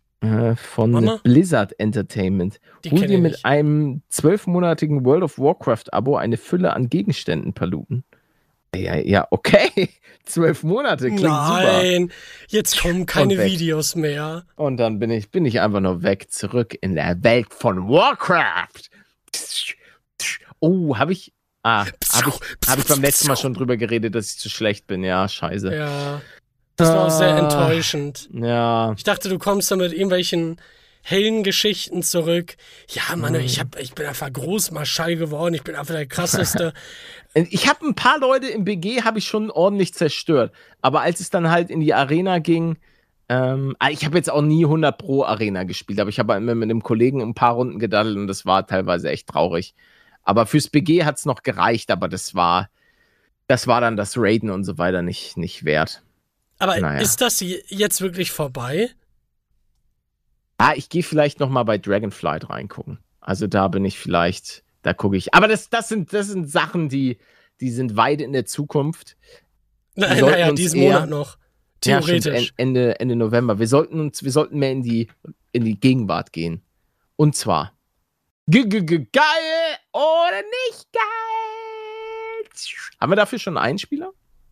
Von Blizzard Entertainment. Hol dir mit einem 12-monatigen World of Warcraft-Abo eine Fülle an Gegenständen paluten. Ja, okay. 12 Monate, klingt super. Nein, jetzt kommen keine Videos mehr. Und dann bin ich einfach nur weg, zurück in der Welt von Warcraft. Oh, habe ich Habe ich beim letzten Mal schon drüber geredet, dass ich zu schlecht bin. Ja, scheiße. Ja, das war auch sehr enttäuschend. Ja. Ich dachte, du kommst da mit irgendwelchen hellen Geschichten zurück. Ja, Mann, ich bin einfach Großmarschall geworden. Ich bin einfach der krasseste. Ich habe ein paar Leute im BG habe ich schon ordentlich zerstört. Aber als es dann halt in die Arena ging, ich habe jetzt auch nie 100 pro Arena gespielt, aber ich habe immer mit einem Kollegen ein paar Runden gedaddelt und das war teilweise echt traurig. Aber fürs BG hat es noch gereicht, aber das war dann das Raiden und so weiter nicht wert. Aber ist das jetzt wirklich vorbei? Ich gehe vielleicht noch mal bei Dragonflight reingucken. Also da bin ich vielleicht, da gucke ich. Aber das sind Sachen, die sind weit in der Zukunft. Naja, diesen Monat noch. Theoretisch. Ja, Ende November. Wir sollten mehr in die Gegenwart gehen. Und zwar geil oder nicht geil? Haben wir dafür schon einen Einspieler?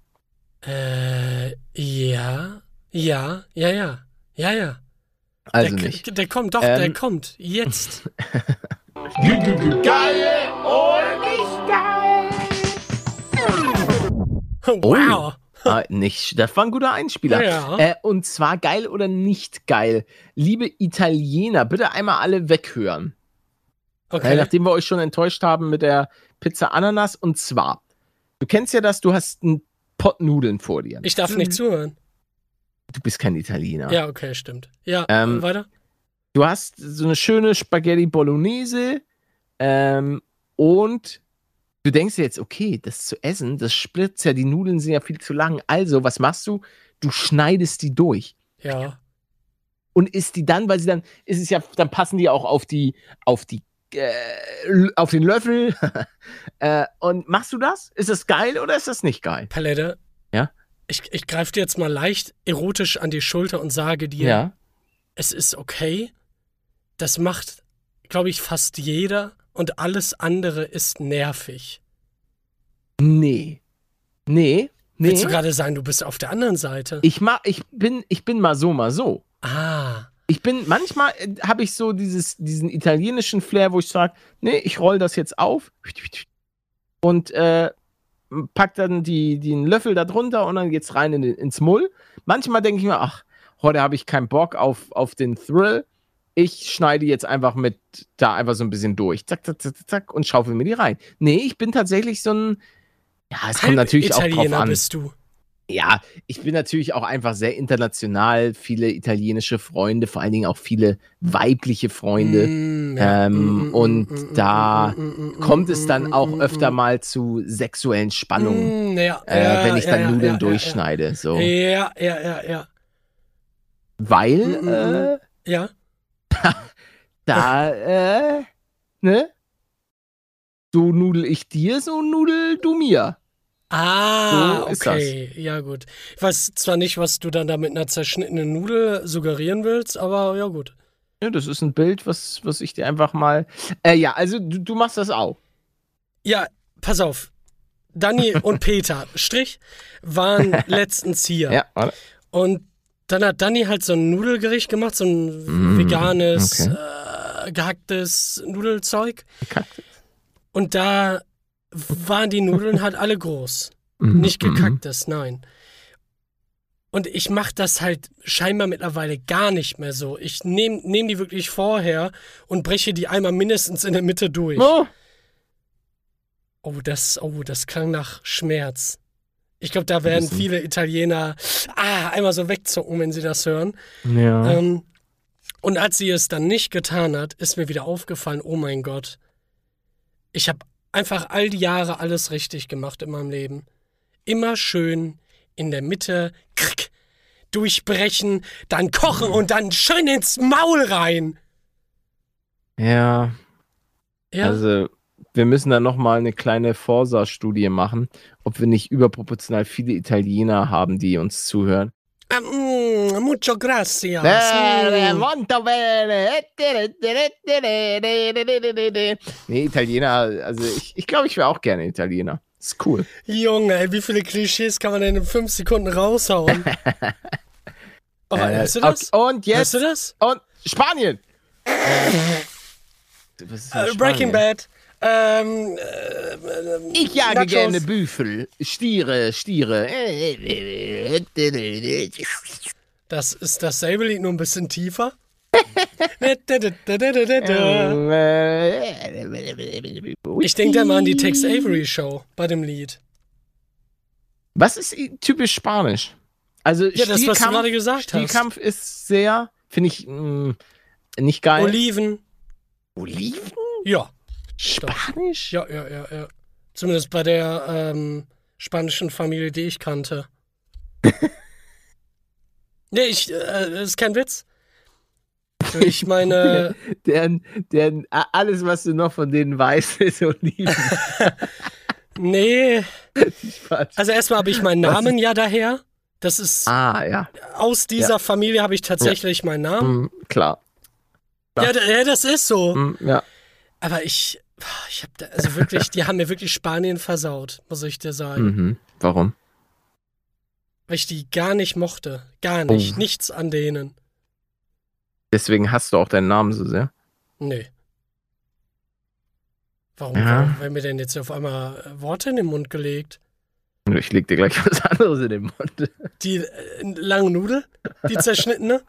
Ja. Also nicht. Der kommt, der kommt. Jetzt. Geil oder nicht geil? Wow. Das war ein guter Einspieler. Ja. Und zwar geil oder nicht geil. Liebe Italiener, bitte einmal alle weghören. Okay. Nachdem wir euch schon enttäuscht haben mit der Pizza Ananas. Und zwar, du kennst ja das, du hast einen Pott Nudeln vor dir. Ich darf nicht zuhören. Du bist kein Italiener. Ja, okay, stimmt. Ja, weiter. Du hast so eine schöne Spaghetti Bolognese und du denkst dir jetzt, okay, das zu essen, das splitzt ja, die Nudeln sind ja viel zu lang. Also, was machst du? Du schneidest die durch. Ja. Und isst die dann, weil sie dann, dann passen die auch auf den Löffel. Und machst du das? Ist das geil oder ist das nicht geil? Palette. Ja? Ich greife dir jetzt mal leicht erotisch an die Schulter und sage dir, es ist okay. Das macht, glaube ich, fast jeder und alles andere ist nervig. Nee. Willst du gerade sagen, du bist auf der anderen Seite? Ich bin mal so. Ah. Manchmal habe ich so diesen italienischen Flair, wo ich sage, nee, ich roll das jetzt auf und pack dann den Löffel da drunter und dann geht's rein ins Mull. Manchmal denke ich mir, ach, heute habe ich keinen Bock auf den Thrill. Ich schneide jetzt einfach da einfach so ein bisschen durch. Zack, zack, zack, zack und schaufel mir die rein. Nee, ich bin tatsächlich so ein, es kommt natürlich auch drauf an. Bist du. Ja, ich bin natürlich auch einfach sehr international, viele italienische Freunde, vor allen Dingen auch viele weibliche Freunde. Und da kommt es dann auch öfter mal zu sexuellen Spannungen, wenn ich dann Nudeln durchschneide. So. Ja. Weil, so nudel ich dir, so nudel du mir. So okay. Ja, gut. Ich weiß zwar nicht, was du dann da mit einer zerschnittenen Nudel suggerieren willst, aber ja, gut. Ja, das ist ein Bild, was ich dir einfach mal. Also du machst das auch. Ja, pass auf. Dani und Peter, waren letztens hier. Ja, warte. Und dann hat Dani halt so ein Nudelgericht gemacht, so ein veganes, gehacktes Nudelzeug. Und da waren die Nudeln halt alle groß. Nicht gekacktes, nein. Und ich mache das halt scheinbar mittlerweile gar nicht mehr so. Ich nehm die wirklich vorher und breche die einmal mindestens in der Mitte durch. Oh, das klang nach Schmerz. Ich glaube, da werden viele Italiener einmal so wegzucken, wenn sie das hören. Ja. Und als sie es dann nicht getan hat, ist mir wieder aufgefallen, oh mein Gott, ich habe einfach all die Jahre alles richtig gemacht in meinem Leben. Immer schön in der Mitte durchbrechen, dann kochen und dann schön ins Maul rein. Ja. Also, wir müssen da nochmal eine kleine Forsa-Studie machen, ob wir nicht überproportional viele Italiener haben, die uns zuhören. Mucho gracias. Molto bene. Nee, Italiener, also ich glaube, ich wäre auch gerne Italiener. Ist cool. Junge, ey, wie viele Klischees kann man denn in 5 Sekunden raushauen? Hörst du das? Und jetzt. Hörst du das? Und Spanien. Breaking Bad. Ich jage Nachos. gerne Büffel, Stiere. Das ist dasselbe Lied, nur ein bisschen tiefer. Ich denke da mal an die Tex Avery Show bei dem Lied. Was ist typisch Spanisch? Also Ja, das, was du gerade gesagt hast. Stierkampf ist sehr, finde ich, nicht geil. Oliven. Oliven? Ja. Spanisch? Ja. Zumindest bei der spanischen Familie, die ich kannte. Nee, das ist kein Witz. Durch meine... Deren, alles, was du noch von denen weißt, ist Oliven. Nee. Also erstmal habe ich meinen Namen ja daher. Das ist... ja. Aus dieser Familie habe ich tatsächlich meinen Namen. Klar. Ja, das ist so. Ja. Aber ich habe da, also wirklich, die haben mir wirklich Spanien versaut, muss ich dir sagen. Mhm. Warum? Weil ich die gar nicht mochte. Gar nicht. Nichts an denen. Deswegen hast du auch deinen Namen so sehr? Nee. Warum werden mir denn jetzt auf einmal Worte in den Mund gelegt? Ich leg dir gleich was anderes in den Mund. Die lange Nudel? Die zerschnittene?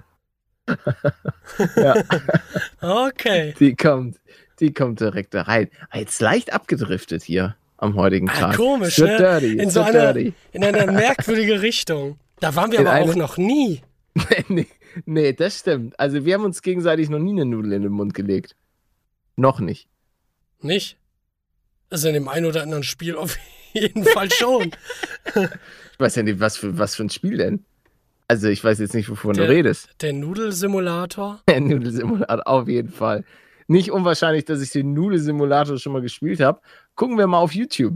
Ja. Okay. Die kommt direkt da rein. Jetzt leicht abgedriftet hier am heutigen Tag. Komisch, so ne? Dirty, in so dirty. In einer merkwürdige Richtung. Da waren wir aber auch noch nie. Nee, das stimmt. Also wir haben uns gegenseitig noch nie eine Nudel in den Mund gelegt. Noch nicht. Nicht? Also in dem einen oder anderen Spiel auf jeden Fall schon. Ich weiß ja nicht, was für ein Spiel denn? Also ich weiß jetzt nicht, wovon du redest. Der Nudelsimulator? Der Nudelsimulator, auf jeden Fall. Nicht unwahrscheinlich, dass ich den Nudelsimulator schon mal gespielt habe. Gucken wir mal auf YouTube.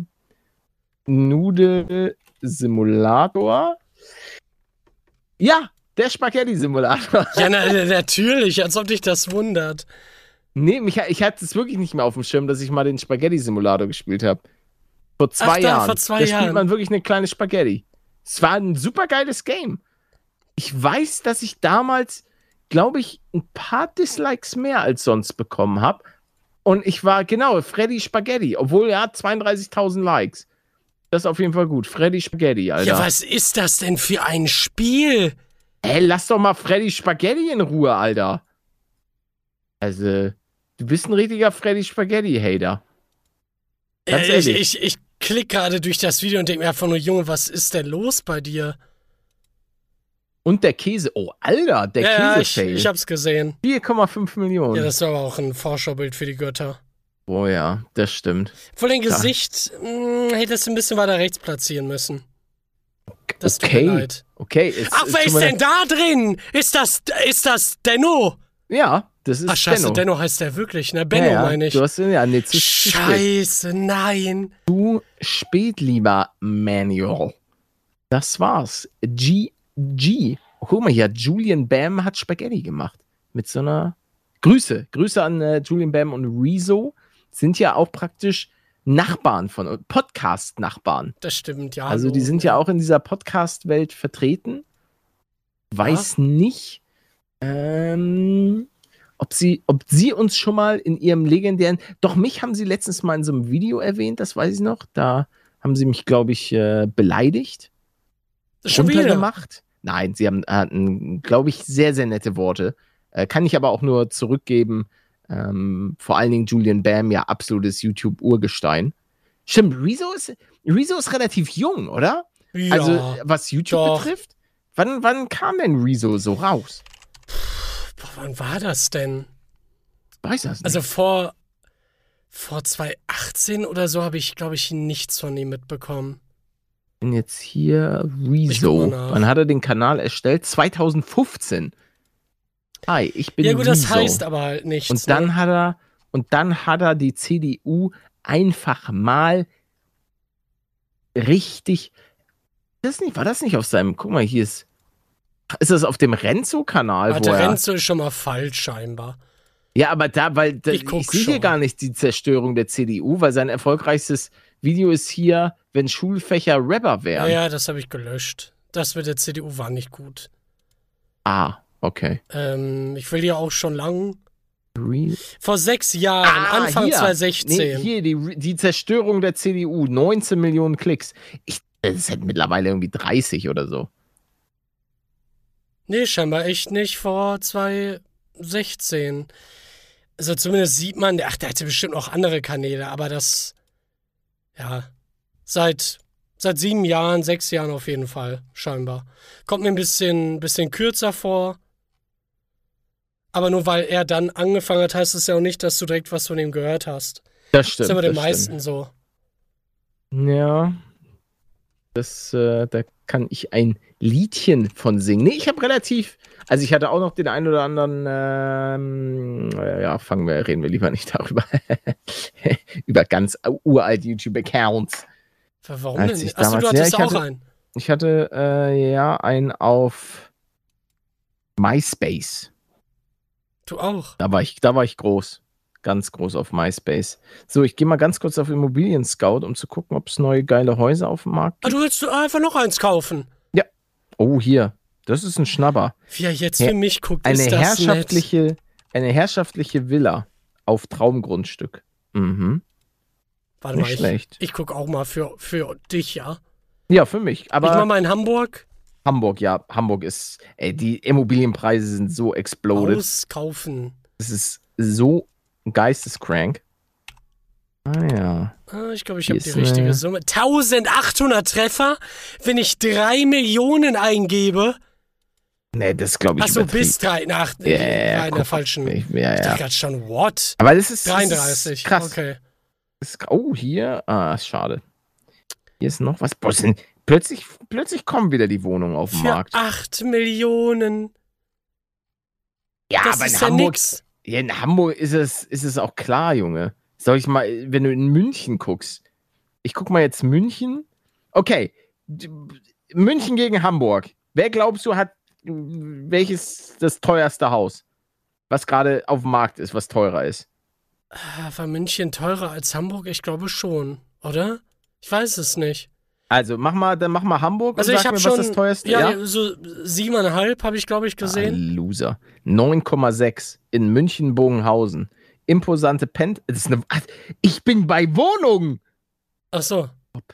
Nudelsimulator. Ja, der Spaghetti-Simulator. Ja, natürlich, als ob dich das wundert. Nee, ich hatte es wirklich nicht mehr auf dem Schirm, dass ich mal den Spaghetti-Simulator gespielt habe. Vor 2 Jahren. Vor 2 da Jahren. spielt man wirklich eine kleine Spaghetti. Es war ein super geiles Game. Ich weiß, dass ich damals, glaube ich, ein paar Dislikes mehr als sonst bekommen habe. Und ich war, genau, Freddy Spaghetti. Obwohl, er hat 32.000 Likes. Das ist auf jeden Fall gut. Freddy Spaghetti, Alter. Ja, was ist das denn für ein Spiel? Ey, lass doch mal Freddy Spaghetti in Ruhe, Alter. Also, du bist ein richtiger Freddy Spaghetti-Hater. Ganz ehrlich. Ich klicke gerade durch das Video und denke mir einfach nur, Junge, was ist denn los bei dir? Und der Käse. Oh, Alter, der Käse-Fail. Ich hab's gesehen. 4,5 Millionen. Ja, das war aber auch ein Vorschaubild für die Götter. Oh ja, das stimmt. Vor dein Gesicht hättest du ein bisschen weiter rechts platzieren müssen. Das tut mir leid. Okay. Ach, wer ist denn da drin? Ist das Denno? Ja, das ist scheiße, Denno heißt der wirklich, ne? Benno meine ich. Du hast Scheiße, nein. Zu spät, lieber Manuel. Das war's. GG. Guck mal hier, Julian Bam hat Spaghetti gemacht. Mit so einer Grüße an Julian Bam und Rezo. Sind ja auch praktisch Nachbarn von Podcast-Nachbarn. Das stimmt, ja. Also die sind ja auch in dieser Podcast-Welt vertreten. Weiß nicht, ob sie uns schon mal in ihrem legendären... Doch, mich haben sie letztens mal in so einem Video erwähnt, das weiß ich noch. Da haben sie mich, glaube ich, beleidigt. Schon wieder gemacht. Nein, sie hatten, glaube ich, sehr, sehr nette Worte. Kann ich aber auch nur zurückgeben. Vor allen Dingen Julian Bam, ja, absolutes YouTube-Urgestein. Stimmt, Rezo ist relativ jung, oder? Ja, also, was YouTube betrifft. Wann kam denn Rezo so raus? Boah, wann war das denn? Weiß das nicht. Also vor 2018 oder so habe ich, glaube ich, nichts von ihm mitbekommen. Ich bin jetzt hier Rezo. Wann hat er den Kanal erstellt? 2015. Hi, ich bin Ja gut, Rezo. das heißt aber halt nichts. Und dann hat er die CDU einfach mal richtig. War das nicht auf seinem? Guck mal, hier ist das auf dem Renzo-Kanal? Der Renzo ist schon mal falsch scheinbar. Ja, aber ich sehe hier gar nicht die Zerstörung der CDU, weil sein erfolgreichstes Video ist hier, wenn Schulfächer Rapper wären. Ja, das habe ich gelöscht. Das mit der CDU war nicht gut. Ah, okay. Ich will ja auch schon lang Vor 6 Jahren, Anfang hier. 2016. Nee, hier, die Zerstörung der CDU, 19 Millionen Klicks. Das ist halt mittlerweile irgendwie 30 oder so. Nee, scheinbar echt nicht vor 2016. Also zumindest sieht man, der hatte bestimmt noch andere Kanäle, aber das, ja, seit 7 Jahren, 6 Jahren auf jeden Fall, scheinbar. Kommt mir ein bisschen kürzer vor. Aber nur weil er dann angefangen hat, heißt es ja auch nicht, dass du direkt was von ihm gehört hast. Das stimmt. Das ist aber den das meisten stimmt. so. Ja. Da kann ich ein Liedchen von singen. Nee, ich hatte auch noch den einen oder anderen, reden wir lieber nicht darüber. Über ganz uralte YouTube-Accounts. Warum denn? Achso, du hattest auch einen. Ich hatte, einen auf MySpace. Du auch? Da war ich groß. Ganz groß auf MySpace. So, ich gehe mal ganz kurz auf Immobilien Scout, um zu gucken, ob es neue geile Häuser auf dem Markt gibt. Du willst einfach noch eins kaufen? Ja. Oh, hier. Das ist ein Schnapper. Wie er jetzt für mich guckt, ist das nett. Eine herrschaftliche Villa auf Traumgrundstück. Mhm. Warte Nicht mal, schlecht. ich gucke auch mal für dich, ja? Ja, für mich. Aber ich mach mal in Hamburg. Hamburg, ja. Hamburg ist, die Immobilienpreise sind so exploded. Auskaufen. Es ist so geisteskrank. Ja. Ich glaube, ich habe die richtige Summe. 1800 Treffer, wenn ich 3 Millionen eingebe. Nee, das glaube ich Achso, bis 3. Ach, in der falschen. Ich dachte gerade schon, what? Aber das ist 33. Ist krass. Okay. Hier. Ist schade. Hier ist noch was. Boah, plötzlich kommen wieder die Wohnungen auf den Markt. 8 Millionen. Ja, das aber ist ja nix. Ja, in Hamburg ist es auch klar, Junge. Soll ich mal, wenn du in München guckst. Ich guck mal jetzt München. Okay. München gegen Hamburg. Wer glaubst du hat welches das teuerste Haus? Was gerade auf dem Markt ist, was teurer ist? War München teurer als Hamburg? Ich glaube schon, oder? Ich weiß es nicht. Also, mach mal Hamburg und sag mir, was das teuerste ist. Ja, so 7,5 habe ich, glaube ich, gesehen. Loser. 9,6 in München-Bogenhausen. Imposante ich bin bei Wohnungen! Ach so.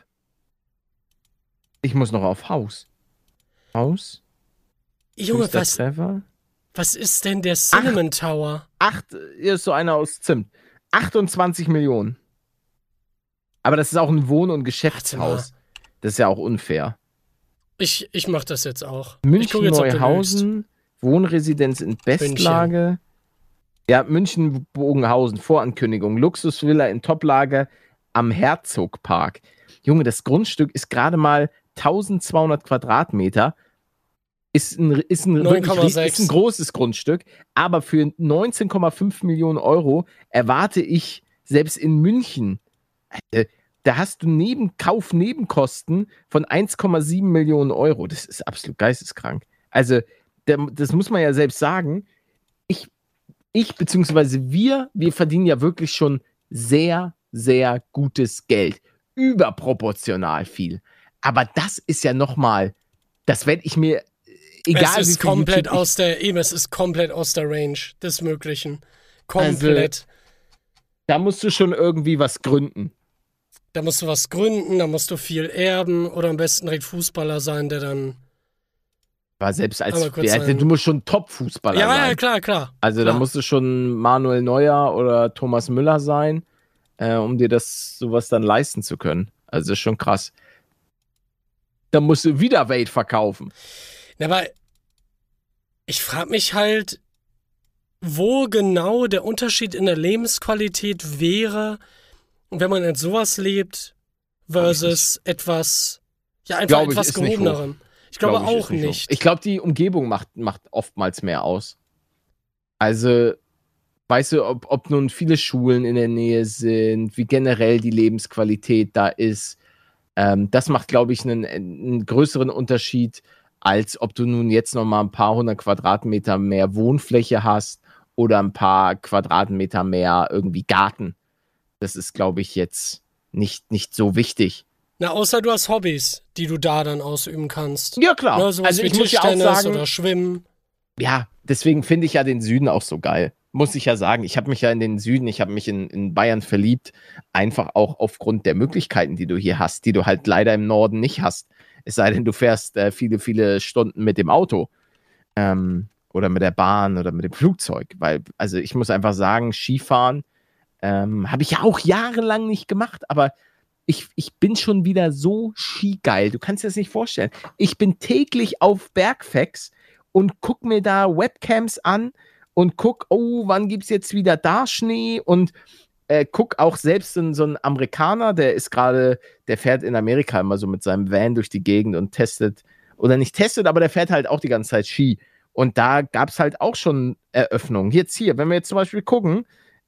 Ich muss noch auf Haus. Haus? Junge, was ist denn der Cinnamon Tower? Hier ist so einer aus Zimt. 28 Millionen. Aber das ist auch ein Wohn- und Geschäftshaus. Das ist ja auch unfair. Ich mach das jetzt auch. München-Neuhausen, Wohnresidenz in Bestlage. München. Ja, München-Bogenhausen, Vorankündigung. Luxusvilla in Toplage am Herzogpark. Junge, das Grundstück ist gerade mal 1200 Quadratmeter. Ist ein großes Grundstück, aber für 19,5 Millionen Euro erwarte ich selbst in München, da hast du Nebenkosten von 1,7 Millionen Euro. Das ist absolut geisteskrank. Also, das muss man ja selbst sagen. Beziehungsweise wir verdienen ja wirklich schon sehr, sehr gutes Geld. Überproportional viel. Aber das ist ja nochmal, das werde ich mir egal, es ist komplett aus der Range des Möglichen. Komplett. Also, da musst du schon irgendwie was gründen. Da musst du viel erben oder am besten direkt Fußballer sein, der dann. Aber selbst du musst schon Top-Fußballer sein. Ja, klar. Also da musst du schon Manuel Neuer oder Thomas Müller sein, um dir sowas dann leisten zu können. Also das ist schon krass. Da musst du wieder Wade verkaufen. Ja, aber ich frage mich halt, wo genau der Unterschied in der Lebensqualität wäre, wenn man in sowas lebt, versus etwas gehobenerem. Ich glaube auch nicht. Ich glaube, die Umgebung macht oftmals mehr aus. Also, weißt du, ob nun viele Schulen in der Nähe sind, wie generell die Lebensqualität da ist, das macht, glaube ich, einen größeren Unterschied, als ob du nun jetzt noch mal ein paar 100 Quadratmeter mehr Wohnfläche hast oder ein paar Quadratmeter mehr irgendwie Garten. Das ist, glaube ich, jetzt nicht so wichtig. Na, außer du hast Hobbys, die du da dann ausüben kannst. Ja, klar. Ne, sowas also wie ich muss ja auch Tischtennis sagen, oder Schwimmen. Ja, deswegen finde ich ja den Süden auch so geil. muss ich ja sagen, ich habe mich ja in den Süden, ich habe mich in Bayern verliebt, einfach auch aufgrund der Möglichkeiten, die du hier hast, die du halt leider im Norden nicht hast. Es sei denn, du fährst viele, viele Stunden mit dem Auto oder mit der Bahn oder mit dem Flugzeug. Weil, also ich muss einfach sagen, Skifahren habe ich ja auch jahrelang nicht gemacht, aber ich bin schon wieder so skigeil. Du kannst dir das nicht vorstellen. Ich bin täglich auf Bergfex und guck mir da Webcams an und guck, oh, wann gibt's jetzt wieder da Schnee? Und guck auch selbst in so einen Amerikaner, der fährt in Amerika immer so mit seinem Van durch die Gegend und testet, oder nicht testet, aber der fährt halt auch die ganze Zeit Ski. Und da gab's halt auch schon Eröffnungen. Jetzt hier, wenn wir jetzt zum Beispiel gucken,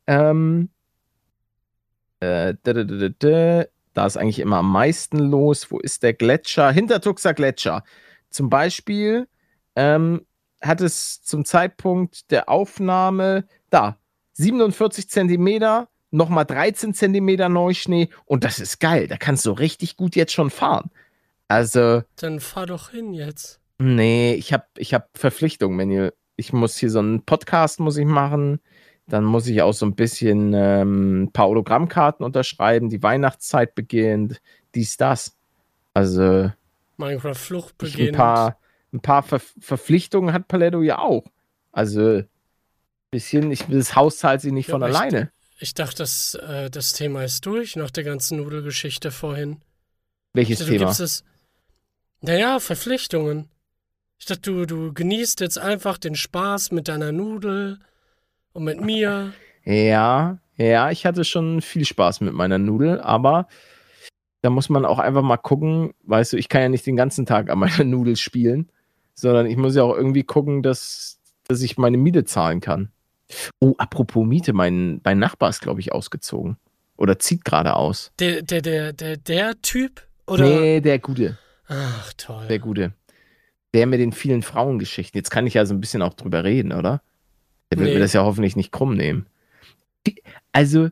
da ist eigentlich immer am meisten los. Wo ist der Gletscher? Hintertuxer Gletscher. Zum Beispiel hat es zum Zeitpunkt der Aufnahme da 47 Zentimeter, nochmal 13 Zentimeter Neuschnee und das ist geil. Da kannst du richtig gut jetzt schon fahren. Also. Dann fahr doch hin jetzt. Nee, ich hab Verpflichtungen, Manuel. Ich muss hier so einen Podcast muss ich machen. Dann muss ich auch so ein bisschen ein paar Autogrammkarten unterschreiben. Die Weihnachtszeit beginnt. Dies, das. Also. Minecraft-Flucht beginnt. Ein paar Verpflichtungen hat Paletto ja auch. Also, das Haus zahlt sie nicht von alleine. Ich dachte, das Thema ist durch, nach der ganzen Nudelgeschichte vorhin. Welches Thema? Naja, Verpflichtungen. Ich dachte, du genießt jetzt einfach den Spaß mit deiner Nudel und mit mir. Ja, ich hatte schon viel Spaß mit meiner Nudel, aber da muss man auch einfach mal gucken, weißt du, ich kann ja nicht den ganzen Tag an meiner Nudel spielen, sondern ich muss ja auch irgendwie gucken, dass ich meine Miete zahlen kann. Oh, apropos Miete, mein Nachbar ist, glaube ich, ausgezogen. Oder zieht gerade aus. Der Typ? Oder? Nee, der Gute. Ach, toll. Der Gute. Der mit den vielen Frauengeschichten. Jetzt kann ich ja so ein bisschen auch drüber reden, oder? Der wird mir das ja hoffentlich nicht krumm nehmen. Also,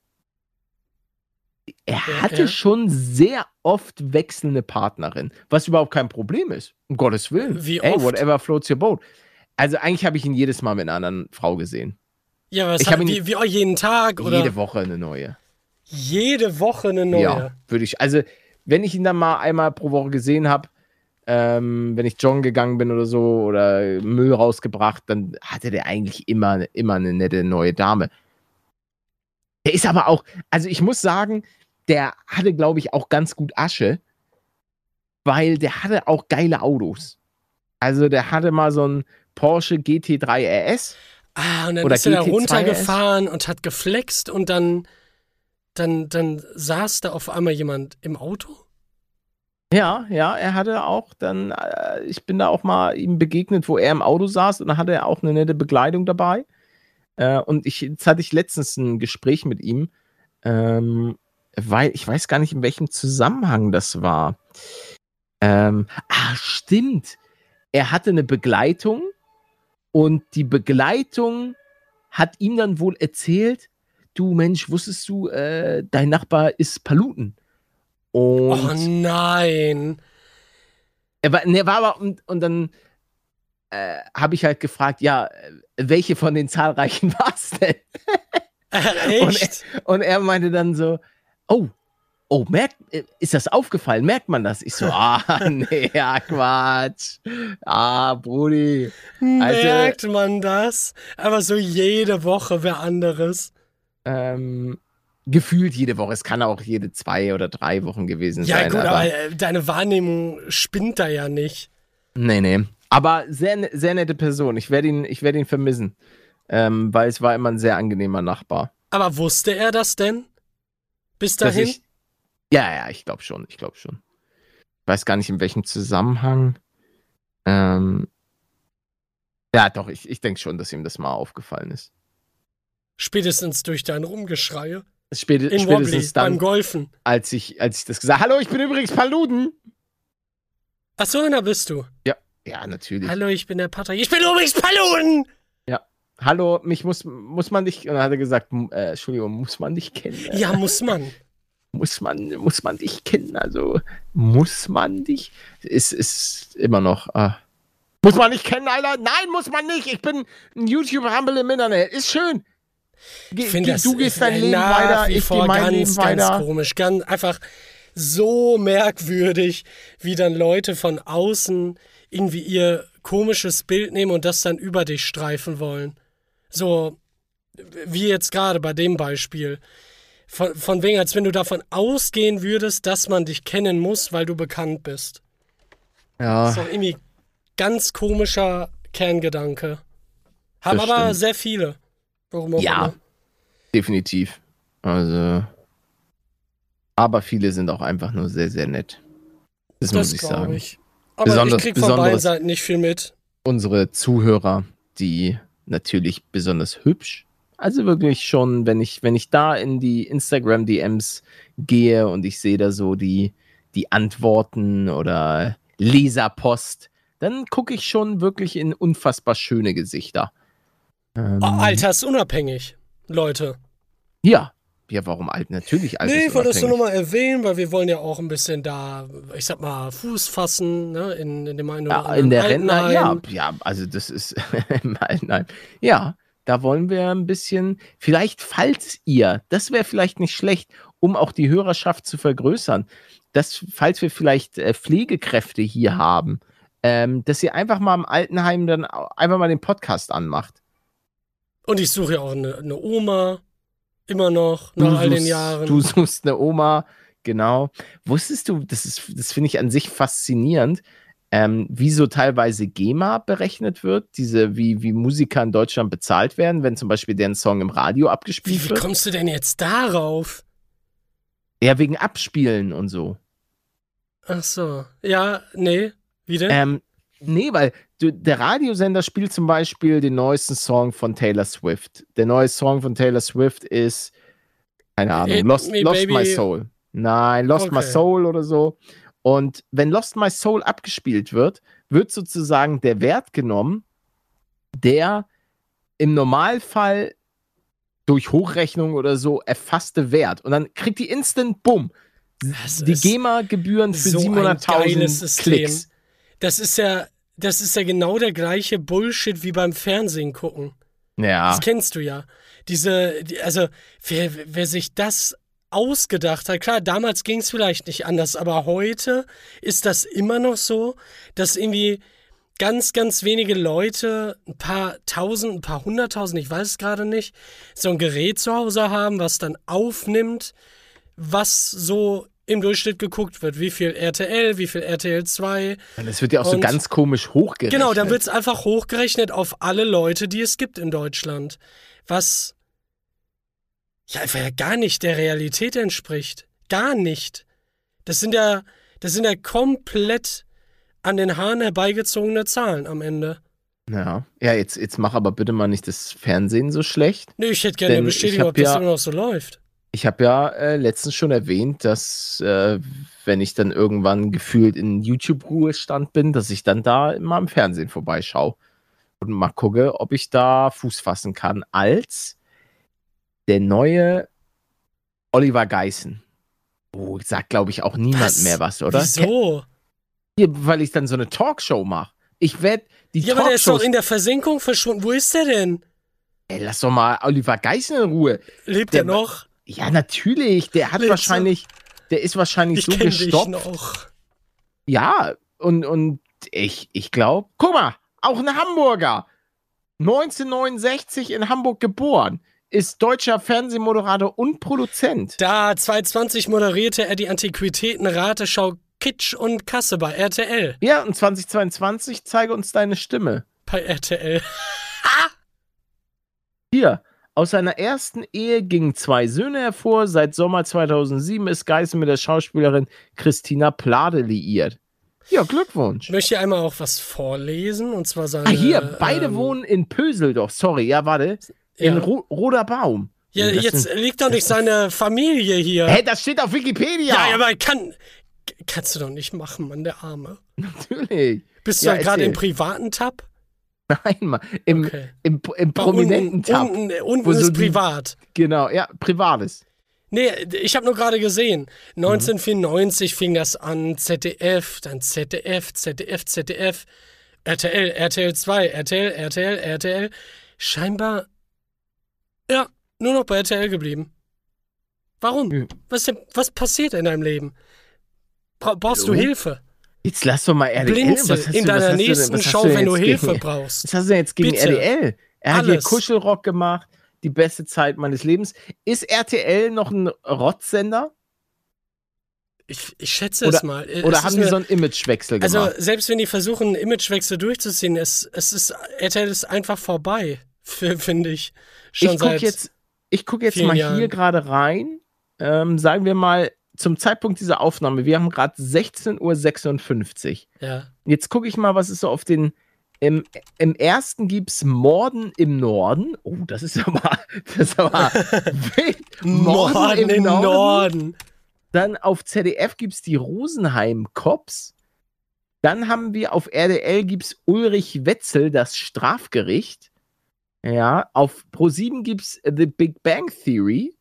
er hatte schon sehr oft wechselnde Partnerin, was überhaupt kein Problem ist. Um Gottes Willen. Wie oft? Hey, whatever floats your boat. Also eigentlich habe ich ihn jedes Mal mit einer anderen Frau gesehen. Ja, aber wie jeden Tag, oder? Jede Woche eine neue. Jede Woche eine neue? Ja, würde ich. Also, wenn ich ihn dann mal einmal pro Woche gesehen habe, wenn ich joggen gegangen bin oder so, oder Müll rausgebracht, dann hatte der eigentlich immer eine nette neue Dame. Der ist aber auch, also ich muss sagen, der hatte, glaube ich, auch ganz gut Asche, weil der hatte auch geile Autos. Also der hatte mal so ein Porsche GT3 RS. Und dann ist er da runtergefahren und hat geflext und dann saß da auf einmal jemand im Auto? Ja, er hatte auch dann, ich bin da auch mal ihm begegnet, wo er im Auto saß und da hatte er auch eine nette Begleitung dabei. Und jetzt hatte ich letztens ein Gespräch mit ihm, weil ich weiß gar nicht, in welchem Zusammenhang das war. Stimmt. Er hatte eine Begleitung und die Begleitung hat ihm dann wohl erzählt, du Mensch, wusstest du, dein Nachbar ist Paluten. Und oh nein. Er war aber, und dann habe ich halt gefragt, ja, welche von den zahlreichen war es denn? Echt? Und er meinte dann so, oh, ist das aufgefallen? Merkt man das? Ich so, nee, ja, Quatsch. Brudi. Merkt man das? Aber so jede Woche wer anderes. Gefühlt jede Woche. Es kann auch jede 2 oder 3 Wochen gewesen sein. Ja gut, aber deine Wahrnehmung spinnt da ja nicht. Nee. Aber sehr, sehr nette Person. Ich werde ihn vermissen. Weil es war immer ein sehr angenehmer Nachbar. Aber wusste er das denn? Bis dahin? Ja, ich glaube schon. Ich weiß gar nicht, in welchem Zusammenhang. Ja, doch, ich denke schon, dass ihm das mal aufgefallen ist. Spätestens durch dein Rumgeschreie. Spätestens Wobbly, dann, beim Golfen. Als ich das gesagt habe. Hallo, ich bin übrigens Paluden. Ach so, da bist du. Ja, natürlich. Hallo, ich bin der Patrick. Ich bin übrigens Paluden. Ja. Hallo, mich muss man dich, und dann hat er gesagt, Entschuldigung, muss man dich kennen? Ja, muss man. Muss man dich kennen, also muss man dich? Ist immer noch, Muss man nicht kennen, Alter? Nein, muss man nicht. Ich bin ein YouTube-Humble im Internet. Ist schön. Du gehst dein Leben weiter, ich gehe mein Leben weiter. Ganz komisch, einfach so merkwürdig, wie dann Leute von außen irgendwie ihr komisches Bild nehmen und das dann über dich streifen wollen. So, wie jetzt gerade bei dem Beispiel. Von wegen, als wenn du davon ausgehen würdest, dass man dich kennen muss, weil du bekannt bist. Ja. Das ist doch irgendwie ganz komischer Kerngedanke. Haben aber stimmt. sehr viele. Warum auch Ja, immer. definitiv. Also, aber viele sind auch einfach nur sehr, sehr nett. Das muss ich sagen. Ich. Aber ich krieg von beiden Seiten nicht viel mit. Unsere Zuhörer, die natürlich besonders hübsch, also wirklich schon, wenn ich da in die Instagram-DMs gehe und ich sehe da so die Antworten oder Leserpost, dann gucke ich schon wirklich in unfassbar schöne Gesichter. Altersunabhängig, Leute. Ja, warum alt? Natürlich altersunabhängig. Nee, ich wollte das nur nochmal erwähnen, weil wir wollen ja auch ein bisschen da, ich sag mal, Fuß fassen, ne, in dem einen oder anderen in der Altenheim. Ja, also das ist im Altenheim. Ja, da wollen wir ein bisschen, vielleicht falls ihr, das wäre vielleicht nicht schlecht, um auch die Hörerschaft zu vergrößern, falls wir vielleicht Pflegekräfte hier haben, dass ihr einfach mal im Altenheim dann einfach mal den Podcast anmacht. Und ich suche ja auch eine Oma, immer noch, nach all den Jahren. Du suchst eine Oma, genau. Wusstest du, das finde ich an sich faszinierend, wie so teilweise GEMA berechnet wird, wie Musiker in Deutschland bezahlt werden, wenn zum Beispiel deren Song im Radio abgespielt wird. Wie kommst du denn jetzt darauf? Ja, wegen Abspielen und so. Ach so. Ja, nee. Wie denn? Nee, weil der Radiosender spielt zum Beispiel den neuesten Song von Taylor Swift. Der neue Song von Taylor Swift ist, keine Ahnung, Lost My Soul. Nein, Lost My Soul oder so. Und wenn Lost My Soul abgespielt wird sozusagen der Wert genommen, der im Normalfall durch Hochrechnung oder so erfasste Wert. Und dann kriegt die instant, bumm, die GEMA-Gebühren für so 700.000 Klicks. Das ist ja genau der gleiche Bullshit wie beim Fernsehen gucken. Ja. Das kennst du ja. Also, wer sich das ausgedacht hat, klar, damals ging es vielleicht nicht anders, aber heute ist das immer noch so, dass irgendwie ganz, ganz wenige Leute, ein paar tausend, ein paar hunderttausend, ich weiß es gerade nicht, so ein Gerät zu Hause haben, was dann aufnimmt, was so im Durchschnitt geguckt wird. Wie viel RTL, wie viel RTL 2. Und das wird ja auch so ganz komisch hochgerechnet. Genau, dann wird es einfach hochgerechnet auf alle Leute, die es gibt in Deutschland. Was ja einfach ja gar nicht der Realität entspricht. Gar nicht. Das sind ja komplett an den Haaren herbeigezogene Zahlen am Ende. Ja, jetzt mach aber bitte mal nicht das Fernsehen so schlecht. Nee, ich hätte gerne eine Bestätigung, ob das immer noch so läuft. Ich habe ja letztens schon erwähnt, dass wenn ich dann irgendwann gefühlt in YouTube-Ruhestand bin, dass ich dann da mal im Fernsehen vorbeischaue und mal gucke, ob ich da Fuß fassen kann, als der neue Oliver Geißen. Oh, sagt, glaube ich, auch niemand mehr was, oder? Wieso? Hier, weil ich dann so eine Talkshow mache. Ich werde die Talkshows... Ja, aber der ist doch in der Versenkung verschwunden. Wo ist der denn? Ey, lass doch mal Oliver Geißen in Ruhe. Lebt der noch? Ja, natürlich. Der ist wahrscheinlich so gestoppt. Noch. Ja, und ich glaube, guck mal, auch ein Hamburger. 1969 in Hamburg geboren. Ist deutscher Fernsehmoderator und Produzent. Da 2020 moderierte er die Antiquitäten-Rateschau Kitsch und Kasse bei RTL. Ja, und 2022 zeige uns deine Stimme. Bei RTL. Hier, aus seiner ersten Ehe gingen 2 Söhne hervor. Seit Sommer 2007 ist Geißen mit der Schauspielerin Christina Plade liiert. Ja, Glückwunsch. Ich möchte einmal auch was vorlesen, und zwar seine... hier, beide wohnen in Pöseldorf. Sorry, ja, warte. In Roder Baum. Ja, jetzt liegt doch nicht seine Familie hier. Hä, das steht auf Wikipedia. Ja, aber kannst du doch nicht machen, Mann, der Arme. Natürlich. Bist du gerade im privaten Tab? Nein, Mann. Im prominenten Tab. Unten ist privat. Genau, ja, privates. Nee, ich habe nur gerade gesehen. 1994 fing das an, ZDF, dann ZDF. RTL, RTL 2, RTL. Scheinbar, ja, nur noch bei RTL geblieben. Warum? Hm. Was passiert in deinem Leben? Brauchst du Hilfe? Jetzt lass doch mal RTL. Blinzel in deiner nächsten Show, wenn du Hilfe brauchst. Was hast du denn jetzt gegen Bitte. RTL? Er hat hier Alles. Kuschelrock gemacht, die beste Zeit meines Lebens. Ist RTL noch ein Rotzsender? Ich schätze es mal. Oder haben die so einen Imagewechsel gemacht? Also, selbst wenn die versuchen, einen Imagewechsel durchzuziehen, RTL ist einfach vorbei, finde ich. Schon Ich guck jetzt vielen mal Jahren. hier gerade rein. Sagen wir mal, zum Zeitpunkt dieser Aufnahme, wir haben gerade 16:56 Uhr. Ja. Jetzt gucke ich mal, was ist so auf den. Im ersten gibt es Morden im Norden. Oh, das ist aber wild. Morden im Norden. Dann auf ZDF gibt es die Rosenheim Cops. Dann haben wir auf RTL gibt es Ulrich Wetzel, das Strafgericht. Ja, auf Pro7 gibt es The Big Bang Theory.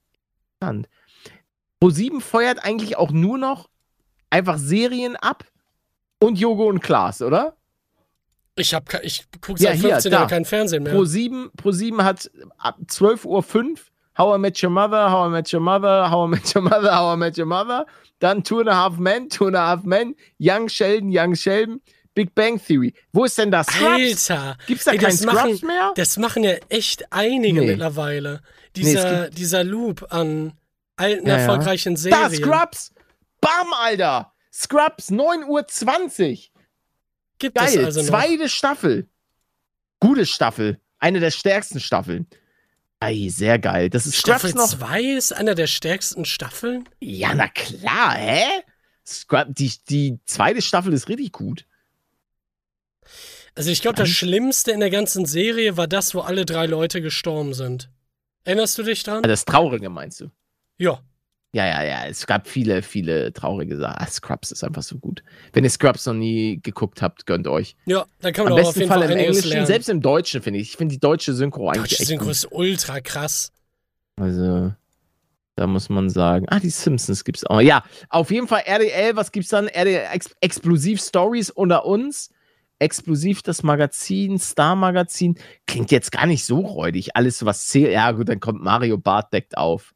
Pro7 feuert eigentlich auch nur noch einfach Serien ab und Joko und Klaas, oder? Ich gucke seit 15 Jahren kein Fernsehen mehr. Pro7 hat ab 12:05 Uhr How I Met Your Mother, How I Met Your Mother, How I Met Your Mother, How I Met Your Mother. Dann Two and a Half Men, Young Sheldon, Big Bang Theory. Wo ist denn das Scrubs? Alter! Gibt's da keinen Scrubs mehr? Das machen ja echt einige mittlerweile. Dieser Loop an alten, erfolgreichen Serien. Da, Scrubs! Bam, Alter! Scrubs, 9:20 Uhr. Gibt es Geil, also noch. zweite Staffel. Gute Staffel. Eine der stärksten Staffeln. Ey, sehr geil. Das ist Staffel Scrubs noch. 2 ist einer der stärksten Staffeln? Ja, na klar, hä? Die zweite Staffel ist richtig gut. Also ich glaube, das Schlimmste in der ganzen Serie war das, wo alle 3 Leute gestorben sind. Erinnerst du dich dran? Das Traurige meinst du? Ja. Ja. Es gab viele, viele traurige Sachen. Scrubs ist einfach so gut. Wenn ihr Scrubs noch nie geguckt habt, gönnt euch. Ja, dann kann man Am auch auf besten jeden Fall Fall im einiges Englischen, lernen. selbst im Deutschen finde ich. Ich finde die deutsche Synchro eigentlich Deutsche echt Synchro gut. ist ultra krass. Also, da muss man sagen. Die Simpsons gibt's auch. Ja, auf jeden Fall RTL, was gibt's dann? RTL Explosiv Stories unter uns. Explosiv das Magazin, Star Magazin. Klingt jetzt gar nicht so räudig. Alles, was zählt. Ja, gut, dann kommt Mario Barth deckt auf.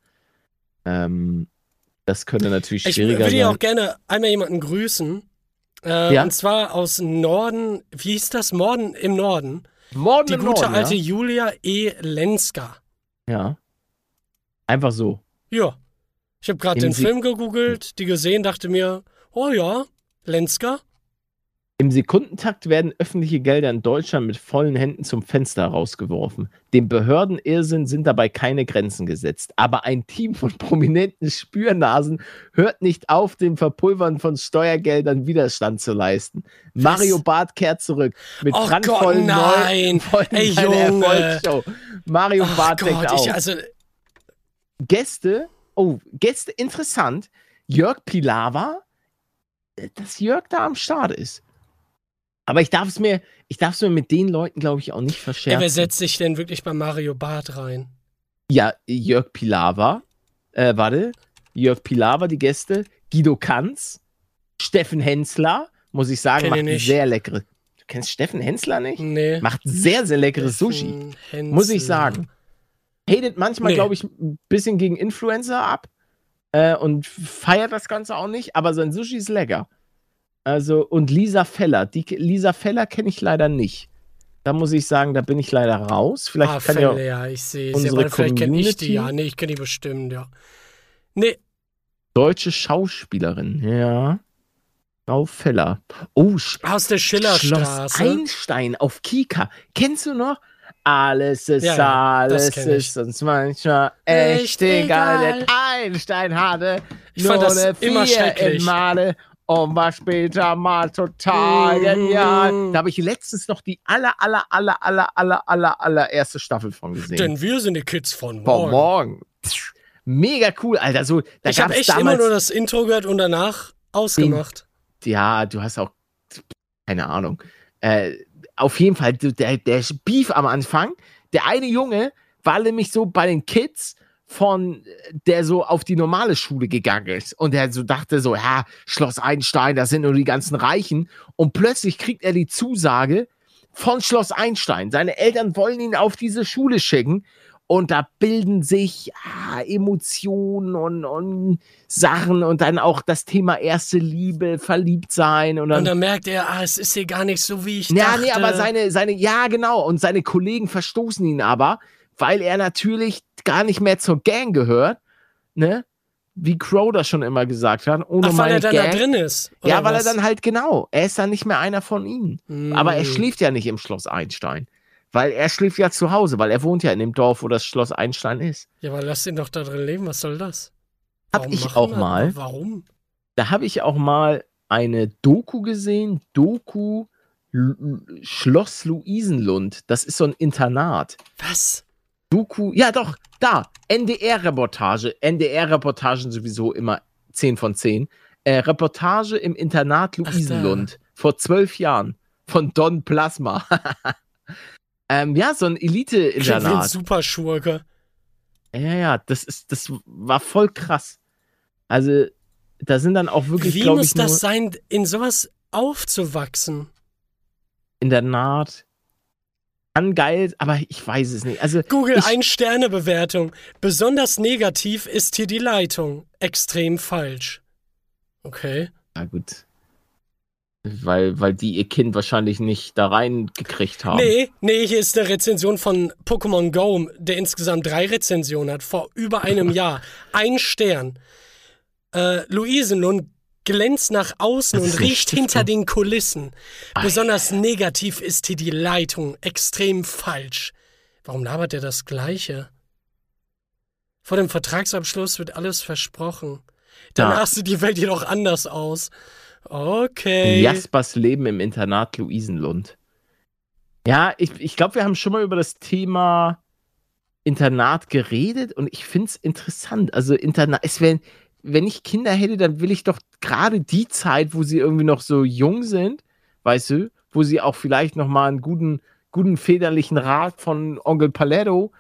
Das könnte natürlich schwieriger sein. Ich würde ja auch gerne einmal jemanden grüßen. Und zwar aus Norden. Wie hieß das? Morden im Norden. Morden im Die gute Norden, alte Julia E. Lenska. Ja. Einfach so. Ja. Ich habe gerade den Film gegoogelt, die gesehen, dachte mir, oh ja, Lenska. Im Sekundentakt werden öffentliche Gelder in Deutschland mit vollen Händen zum Fenster rausgeworfen. Dem Behördenirrsinn sind dabei keine Grenzen gesetzt. Aber ein Team von prominenten Spürnasen hört nicht auf, dem Verpulvern von Steuergeldern Widerstand zu leisten. Mario Barth kehrt zurück mit brandvollen neuen Erfolgsshow. Mario Barth deckt auf. Gäste, interessant, Jörg Pilawa, dass Jörg da am Start ist. Aber ich darf es mir mit den Leuten, glaube ich, auch nicht verscherzen. Wer setzt sich denn wirklich bei Mario Barth rein? Ja, Jörg Pilawa, Jörg Pilawa, die Gäste, Guido Kanz, Steffen Hensler, muss ich sagen, macht sehr leckere. Du kennst Steffen Hensler nicht? Nee. Macht sehr, sehr leckeres Sushi, muss ich sagen. Hatet manchmal, glaube ich, ein bisschen gegen Influencer ab und feiert das Ganze auch nicht, aber sein Sushi ist lecker. Also, und Lisa Feller. Lisa Feller kenne ich leider nicht. Da muss ich sagen, da bin ich leider raus. Vielleicht kann Feller, ja, ich sehe es. Ja, vielleicht kenne ich die, ja. Nee, ich kenne die bestimmt, ja. Nee. Deutsche Schauspielerin, ja. Frau Feller. Oh, aus der Schillerstraße. Schloss Einstein auf Kika. Kennst du noch? Alles ist alles ist uns manchmal echt egal. Einstein hatte ich fand das immer schrecklich. Im Male. Und war später mal total genial. Da habe ich letztens noch die allererste Staffel von gesehen. Denn wir sind die Kids von morgen. Mega cool, Alter. So, da ich habe echt immer nur das Intro gehört und danach ausgemacht. Ja, du hast auch, keine Ahnung. Auf jeden Fall, der Beef am Anfang, der eine Junge war nämlich so bei den Kids der so auf die normale Schule gegangen ist und der so dachte so, ja, Schloss Einstein, das sind nur die ganzen Reichen und plötzlich kriegt er die Zusage von Schloss Einstein. Seine Eltern wollen ihn auf diese Schule schicken und da bilden sich Emotionen und Sachen und dann auch das Thema erste Liebe, verliebt sein und dann merkt er, es ist hier gar nicht so, wie ich dachte. Ja, nee, aber ja, genau, und seine Kollegen verstoßen ihn aber, weil er natürlich gar nicht mehr zur Gang gehört, ne? Wie Crow das schon immer gesagt hat. Ohne weil er dann Gang, da drin ist? Oder ja, weil was? er dann halt er ist dann nicht mehr einer von ihnen. Aber er schläft ja nicht im Schloss Einstein. Weil er schläft ja zu Hause, weil er wohnt ja in dem Dorf, wo das Schloss Einstein ist. Ja, aber lass ihn doch da drin leben, was soll das? Warum Da habe ich auch mal eine Doku gesehen, Schloss Luisenlund. Das ist so ein Internat. Was? Doku, ja doch, da, NDR-Reportage. NDR-Reportagen sowieso immer 10 von 10. Reportage im Internat Luisenlund vor 12 Jahren von Don Plasma. Ja, so ein Elite-Internat. Klingt wie ein Superschurke. Ja, das war voll krass. Also, da sind dann auch wirklich, wie muss das sein, in sowas aufzuwachsen? Internat. Geil, aber ich weiß es nicht. Also Google 1-Sterne-Bewertung. Besonders negativ ist hier die Leitung. Extrem falsch. Okay. Na gut. Weil die ihr Kind wahrscheinlich nicht da reingekriegt haben. Nee, hier ist eine Rezension von Pokémon Go, der insgesamt 3 Rezensionen hat, vor über einem Jahr. 1 Stern. Luisenlund glänzt nach außen und riecht hinter den Kulissen. Besonders negativ ist hier die Leitung. Extrem falsch. Warum labert er das Gleiche? Vor dem Vertragsabschluss wird alles versprochen. Danach sieht die Welt jedoch anders aus. Okay. Jaspers Leben im Internat Luisenlund. Ja, ich glaube, wir haben schon mal über das Thema Internat geredet und ich finde es interessant. Also Internat, wenn ich Kinder hätte, dann will ich doch gerade die Zeit, wo sie irgendwie noch so jung sind, weißt du, wo sie auch vielleicht noch mal einen guten väterlichen Rat von Onkel Paletto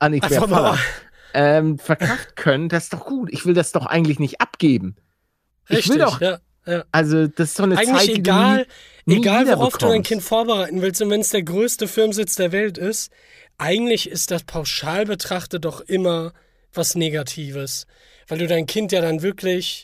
verkraften können. Das ist doch gut. Ich will das doch eigentlich nicht abgeben. Richtig, ich will doch, ja. Also das ist doch eine eigentlich Zeit, die egal worauf du dein Kind vorbereiten willst und wenn es der größte Firmensitz der Welt ist, eigentlich ist das pauschal betrachtet doch immer was Negatives. Weil du dein Kind ja dann wirklich...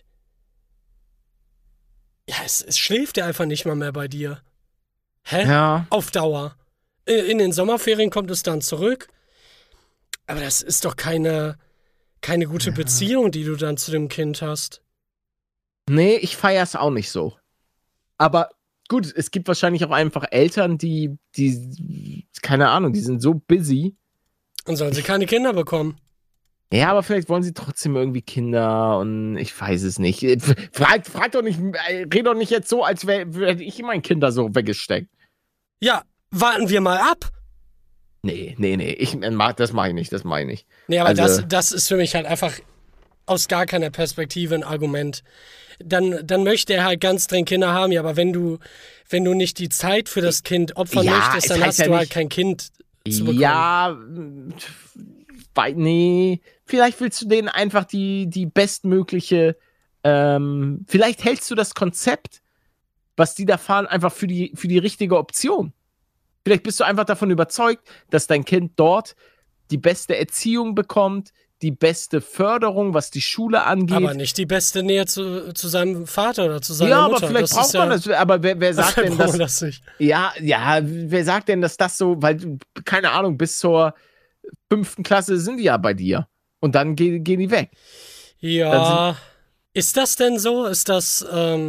Ja, es schläft ja einfach nicht mal mehr bei dir. Hä? Ja. Auf Dauer. In den Sommerferien kommt es dann zurück. Aber das ist doch keine gute Beziehung, die du dann zu dem Kind hast. Nee, ich feier's auch nicht so. Aber gut, es gibt wahrscheinlich auch einfach Eltern, die keine Ahnung, die sind so busy. Und sollen sie keine Kinder bekommen. Ja, aber vielleicht wollen sie trotzdem irgendwie Kinder und ich weiß es nicht. Frag doch nicht, red doch nicht jetzt so, als hätte ich mein Kinder so weggesteckt. Ja, warten wir mal ab. Nee, das mache ich nicht. Nee, aber das ist für mich halt einfach aus gar keiner Perspektive ein Argument. Dann möchte er halt ganz dringend Kinder haben, ja, aber wenn du nicht die Zeit für das Kind opfern möchtest, dann hast du halt kein Kind zu bekommen. Ja, nee, vielleicht willst du denen einfach die bestmögliche, vielleicht hältst du das Konzept, was die da fahren, einfach für die richtige Option. Vielleicht bist du einfach davon überzeugt, dass dein Kind dort die beste Erziehung bekommt, die beste Förderung, was die Schule angeht. Aber nicht die beste Nähe zu seinem Vater oder zu seiner Mutter. Ja, aber vielleicht braucht man das. Aber wer sagt denn das nicht? Ja, wer sagt denn, dass das so, weil, keine Ahnung, bis zur 5. Klasse sind die ja bei dir. Und dann gehen die weg. Ja. Ist das denn so? Ist das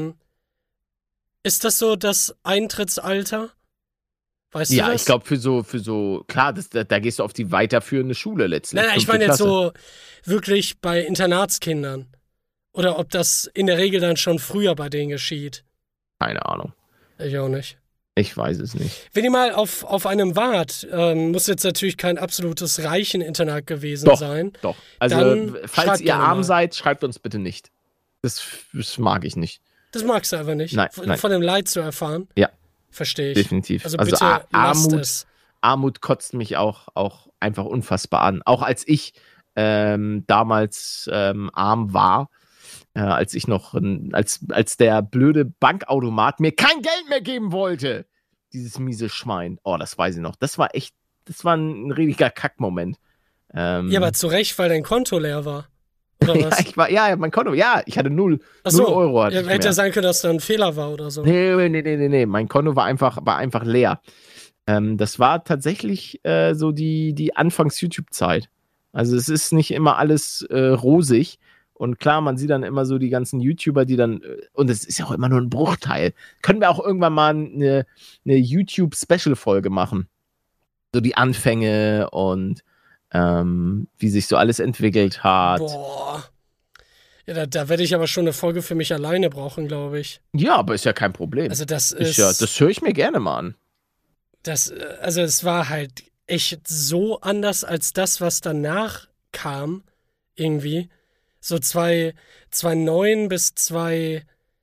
so das Eintrittsalter? Weißt du das? Ja, ich glaube für so, klar, da gehst du auf die weiterführende Schule letztlich. Nein, ich meine jetzt so wirklich bei Internatskindern. Oder ob das in der Regel dann schon früher bei denen geschieht. Keine Ahnung. Ich auch nicht. Ich weiß es nicht. Wenn ihr mal auf einem wart, muss jetzt natürlich kein absolutes Reicheninternat gewesen sein. Doch. Also, falls ihr arm seid, schreibt uns bitte nicht. Das mag ich nicht. Das magst du einfach nicht? Nein. Von dem Leid zu erfahren? Ja. Verstehe ich. Definitiv. Also bitte lasst es. Armut kotzt mich auch einfach unfassbar an. Auch als ich damals arm war, als ich noch, als der blöde Bankautomat mir kein Geld mehr geben wollte. Dieses miese Schwein. Oh, das weiß ich noch. Das war ein richtiger Kackmoment. Ja, aber zu Recht, weil dein Konto leer war. Oder was? Mein Konto, ich hatte 0 Achso, 0 Euro. Hätte ja sein können, dass da ein Fehler war oder so. Nee. Mein Konto war einfach leer. Das war tatsächlich so die Anfangs-YouTube-Zeit. Also es ist nicht immer alles rosig. Und klar, man sieht dann immer so die ganzen YouTuber, die dann, und es ist ja auch immer nur ein Bruchteil. Können wir auch irgendwann mal eine YouTube-Special-Folge machen? So die Anfänge und wie sich so alles entwickelt hat. Boah. Ja, da werde ich aber schon eine Folge für mich alleine brauchen, glaube ich. Ja, aber ist ja kein Problem. Also das höre ich mir gerne mal an. Also es war halt echt so anders als das, was danach kam, irgendwie. So 2009 bis 2011,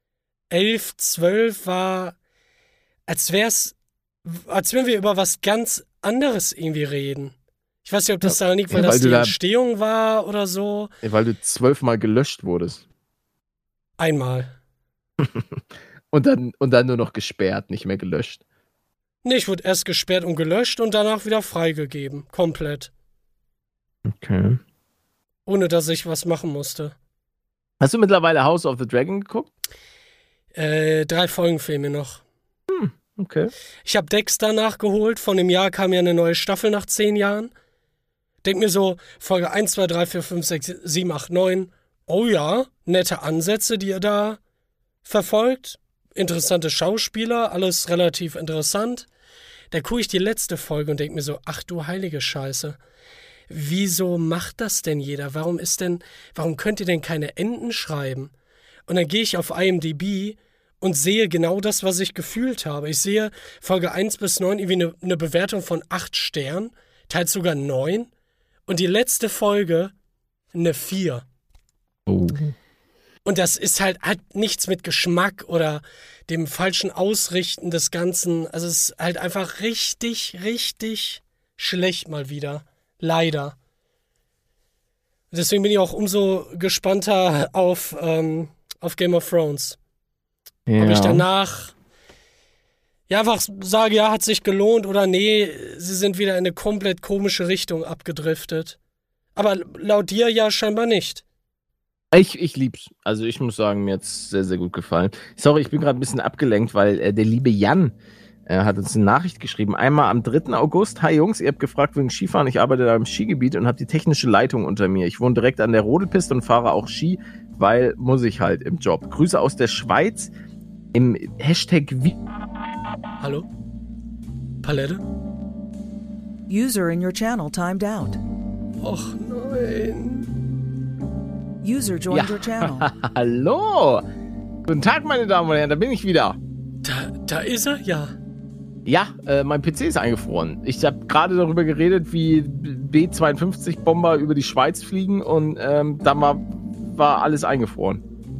12 war, als wenn wir über was ganz anderes irgendwie reden. Ich weiß nicht, ob das daran liegt, weil das die Entstehung war oder so. Weil du 12-mal gelöscht wurdest. Einmal. und dann nur noch gesperrt, nicht mehr gelöscht. Nee, ich wurde erst gesperrt und gelöscht und danach wieder freigegeben. Komplett. Okay. Ohne, dass ich was machen musste. Hast du mittlerweile House of the Dragon geguckt? 3 Folgen fehlen mir noch. Okay. Ich habe Dexter nachgeholt. Von dem Jahr kam ja eine neue Staffel nach 10 Jahren. Denk mir so, Folge 1, 2, 3, 4, 5, 6, 7, 8, 9. Oh ja, nette Ansätze, die ihr da verfolgt. Interessante Schauspieler, alles relativ interessant. Da gucke ich die letzte Folge und denke mir so, ach du heilige Scheiße. Wieso macht das denn jeder? Warum könnt ihr denn keine Enden schreiben? Und dann gehe ich auf IMDb und sehe genau das, was ich gefühlt habe. Ich sehe Folge 1 bis 9 irgendwie eine Bewertung von 8 Sternen, teils sogar 9. Und die letzte Folge eine 4. Oh. Und das ist hat nichts mit Geschmack oder dem falschen Ausrichten des Ganzen. Also es ist halt einfach richtig, richtig schlecht mal wieder. Leider. Deswegen bin ich auch umso gespannter auf Game of Thrones. Ja. Ob ich danach einfach sage, ja, hat sich gelohnt oder nee, sie sind wieder in eine komplett komische Richtung abgedriftet. Aber laut dir ja scheinbar nicht. Ich lieb's. Also ich muss sagen, mir hat's sehr, sehr gut gefallen. Sorry, ich bin gerade ein bisschen abgelenkt, weil der liebe Jan hat uns eine Nachricht geschrieben. Einmal am 3. August. Hi Jungs, ihr habt gefragt wegen Skifahren. Ich arbeite da im Skigebiet und habe die technische Leitung unter mir. Ich wohne direkt an der Rodelpiste und fahre auch Ski, weil muss ich halt im Job. Grüße aus der Schweiz im Hashtag Hallo? Palette? User in your channel timed out. Och nein. User joined your channel. Hallo. Guten Tag, meine Damen und Herren, da bin ich wieder. Da ist er, ja. Ja, mein PC ist eingefroren. Ich habe gerade darüber geredet, wie B-52-Bomber über die Schweiz fliegen und da war alles eingefroren.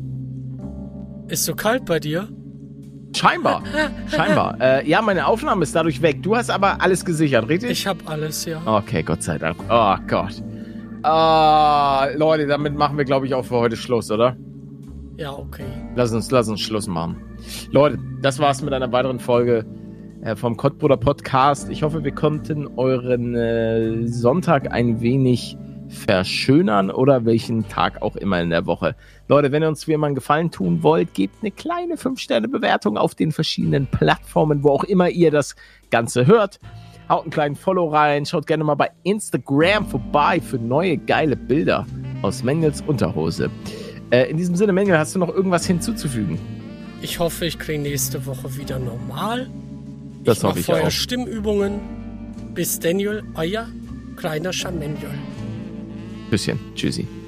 Ist so kalt bei dir? Scheinbar. Ja, meine Aufnahme ist dadurch weg. Du hast aber alles gesichert, richtig? Ich habe alles, ja. Okay, Gott sei Dank. Oh Gott. Leute, damit machen wir, glaube ich, auch für heute Schluss, oder? Ja, okay. Lass uns Schluss machen. Leute, das war's mit einer weiteren Folge vom Kottbruder Podcast. Ich hoffe, wir konnten euren Sonntag ein wenig verschönern oder welchen Tag auch immer in der Woche. Leute, wenn ihr uns wie immer einen Gefallen tun wollt, gebt eine kleine 5-Sterne-Bewertung auf den verschiedenen Plattformen, wo auch immer ihr das Ganze hört. Haut einen kleinen Follow rein, schaut gerne mal bei Instagram vorbei für neue geile Bilder aus Mengels Unterhose. In diesem Sinne, Mengel, hast du noch irgendwas hinzuzufügen? Ich hoffe, ich kriege nächste Woche wieder normal. Das hoffe ich auch. Vorher Stimmübungen. Bis Daniel, euer kleiner Schamengel. Küsschen. Tschüssi.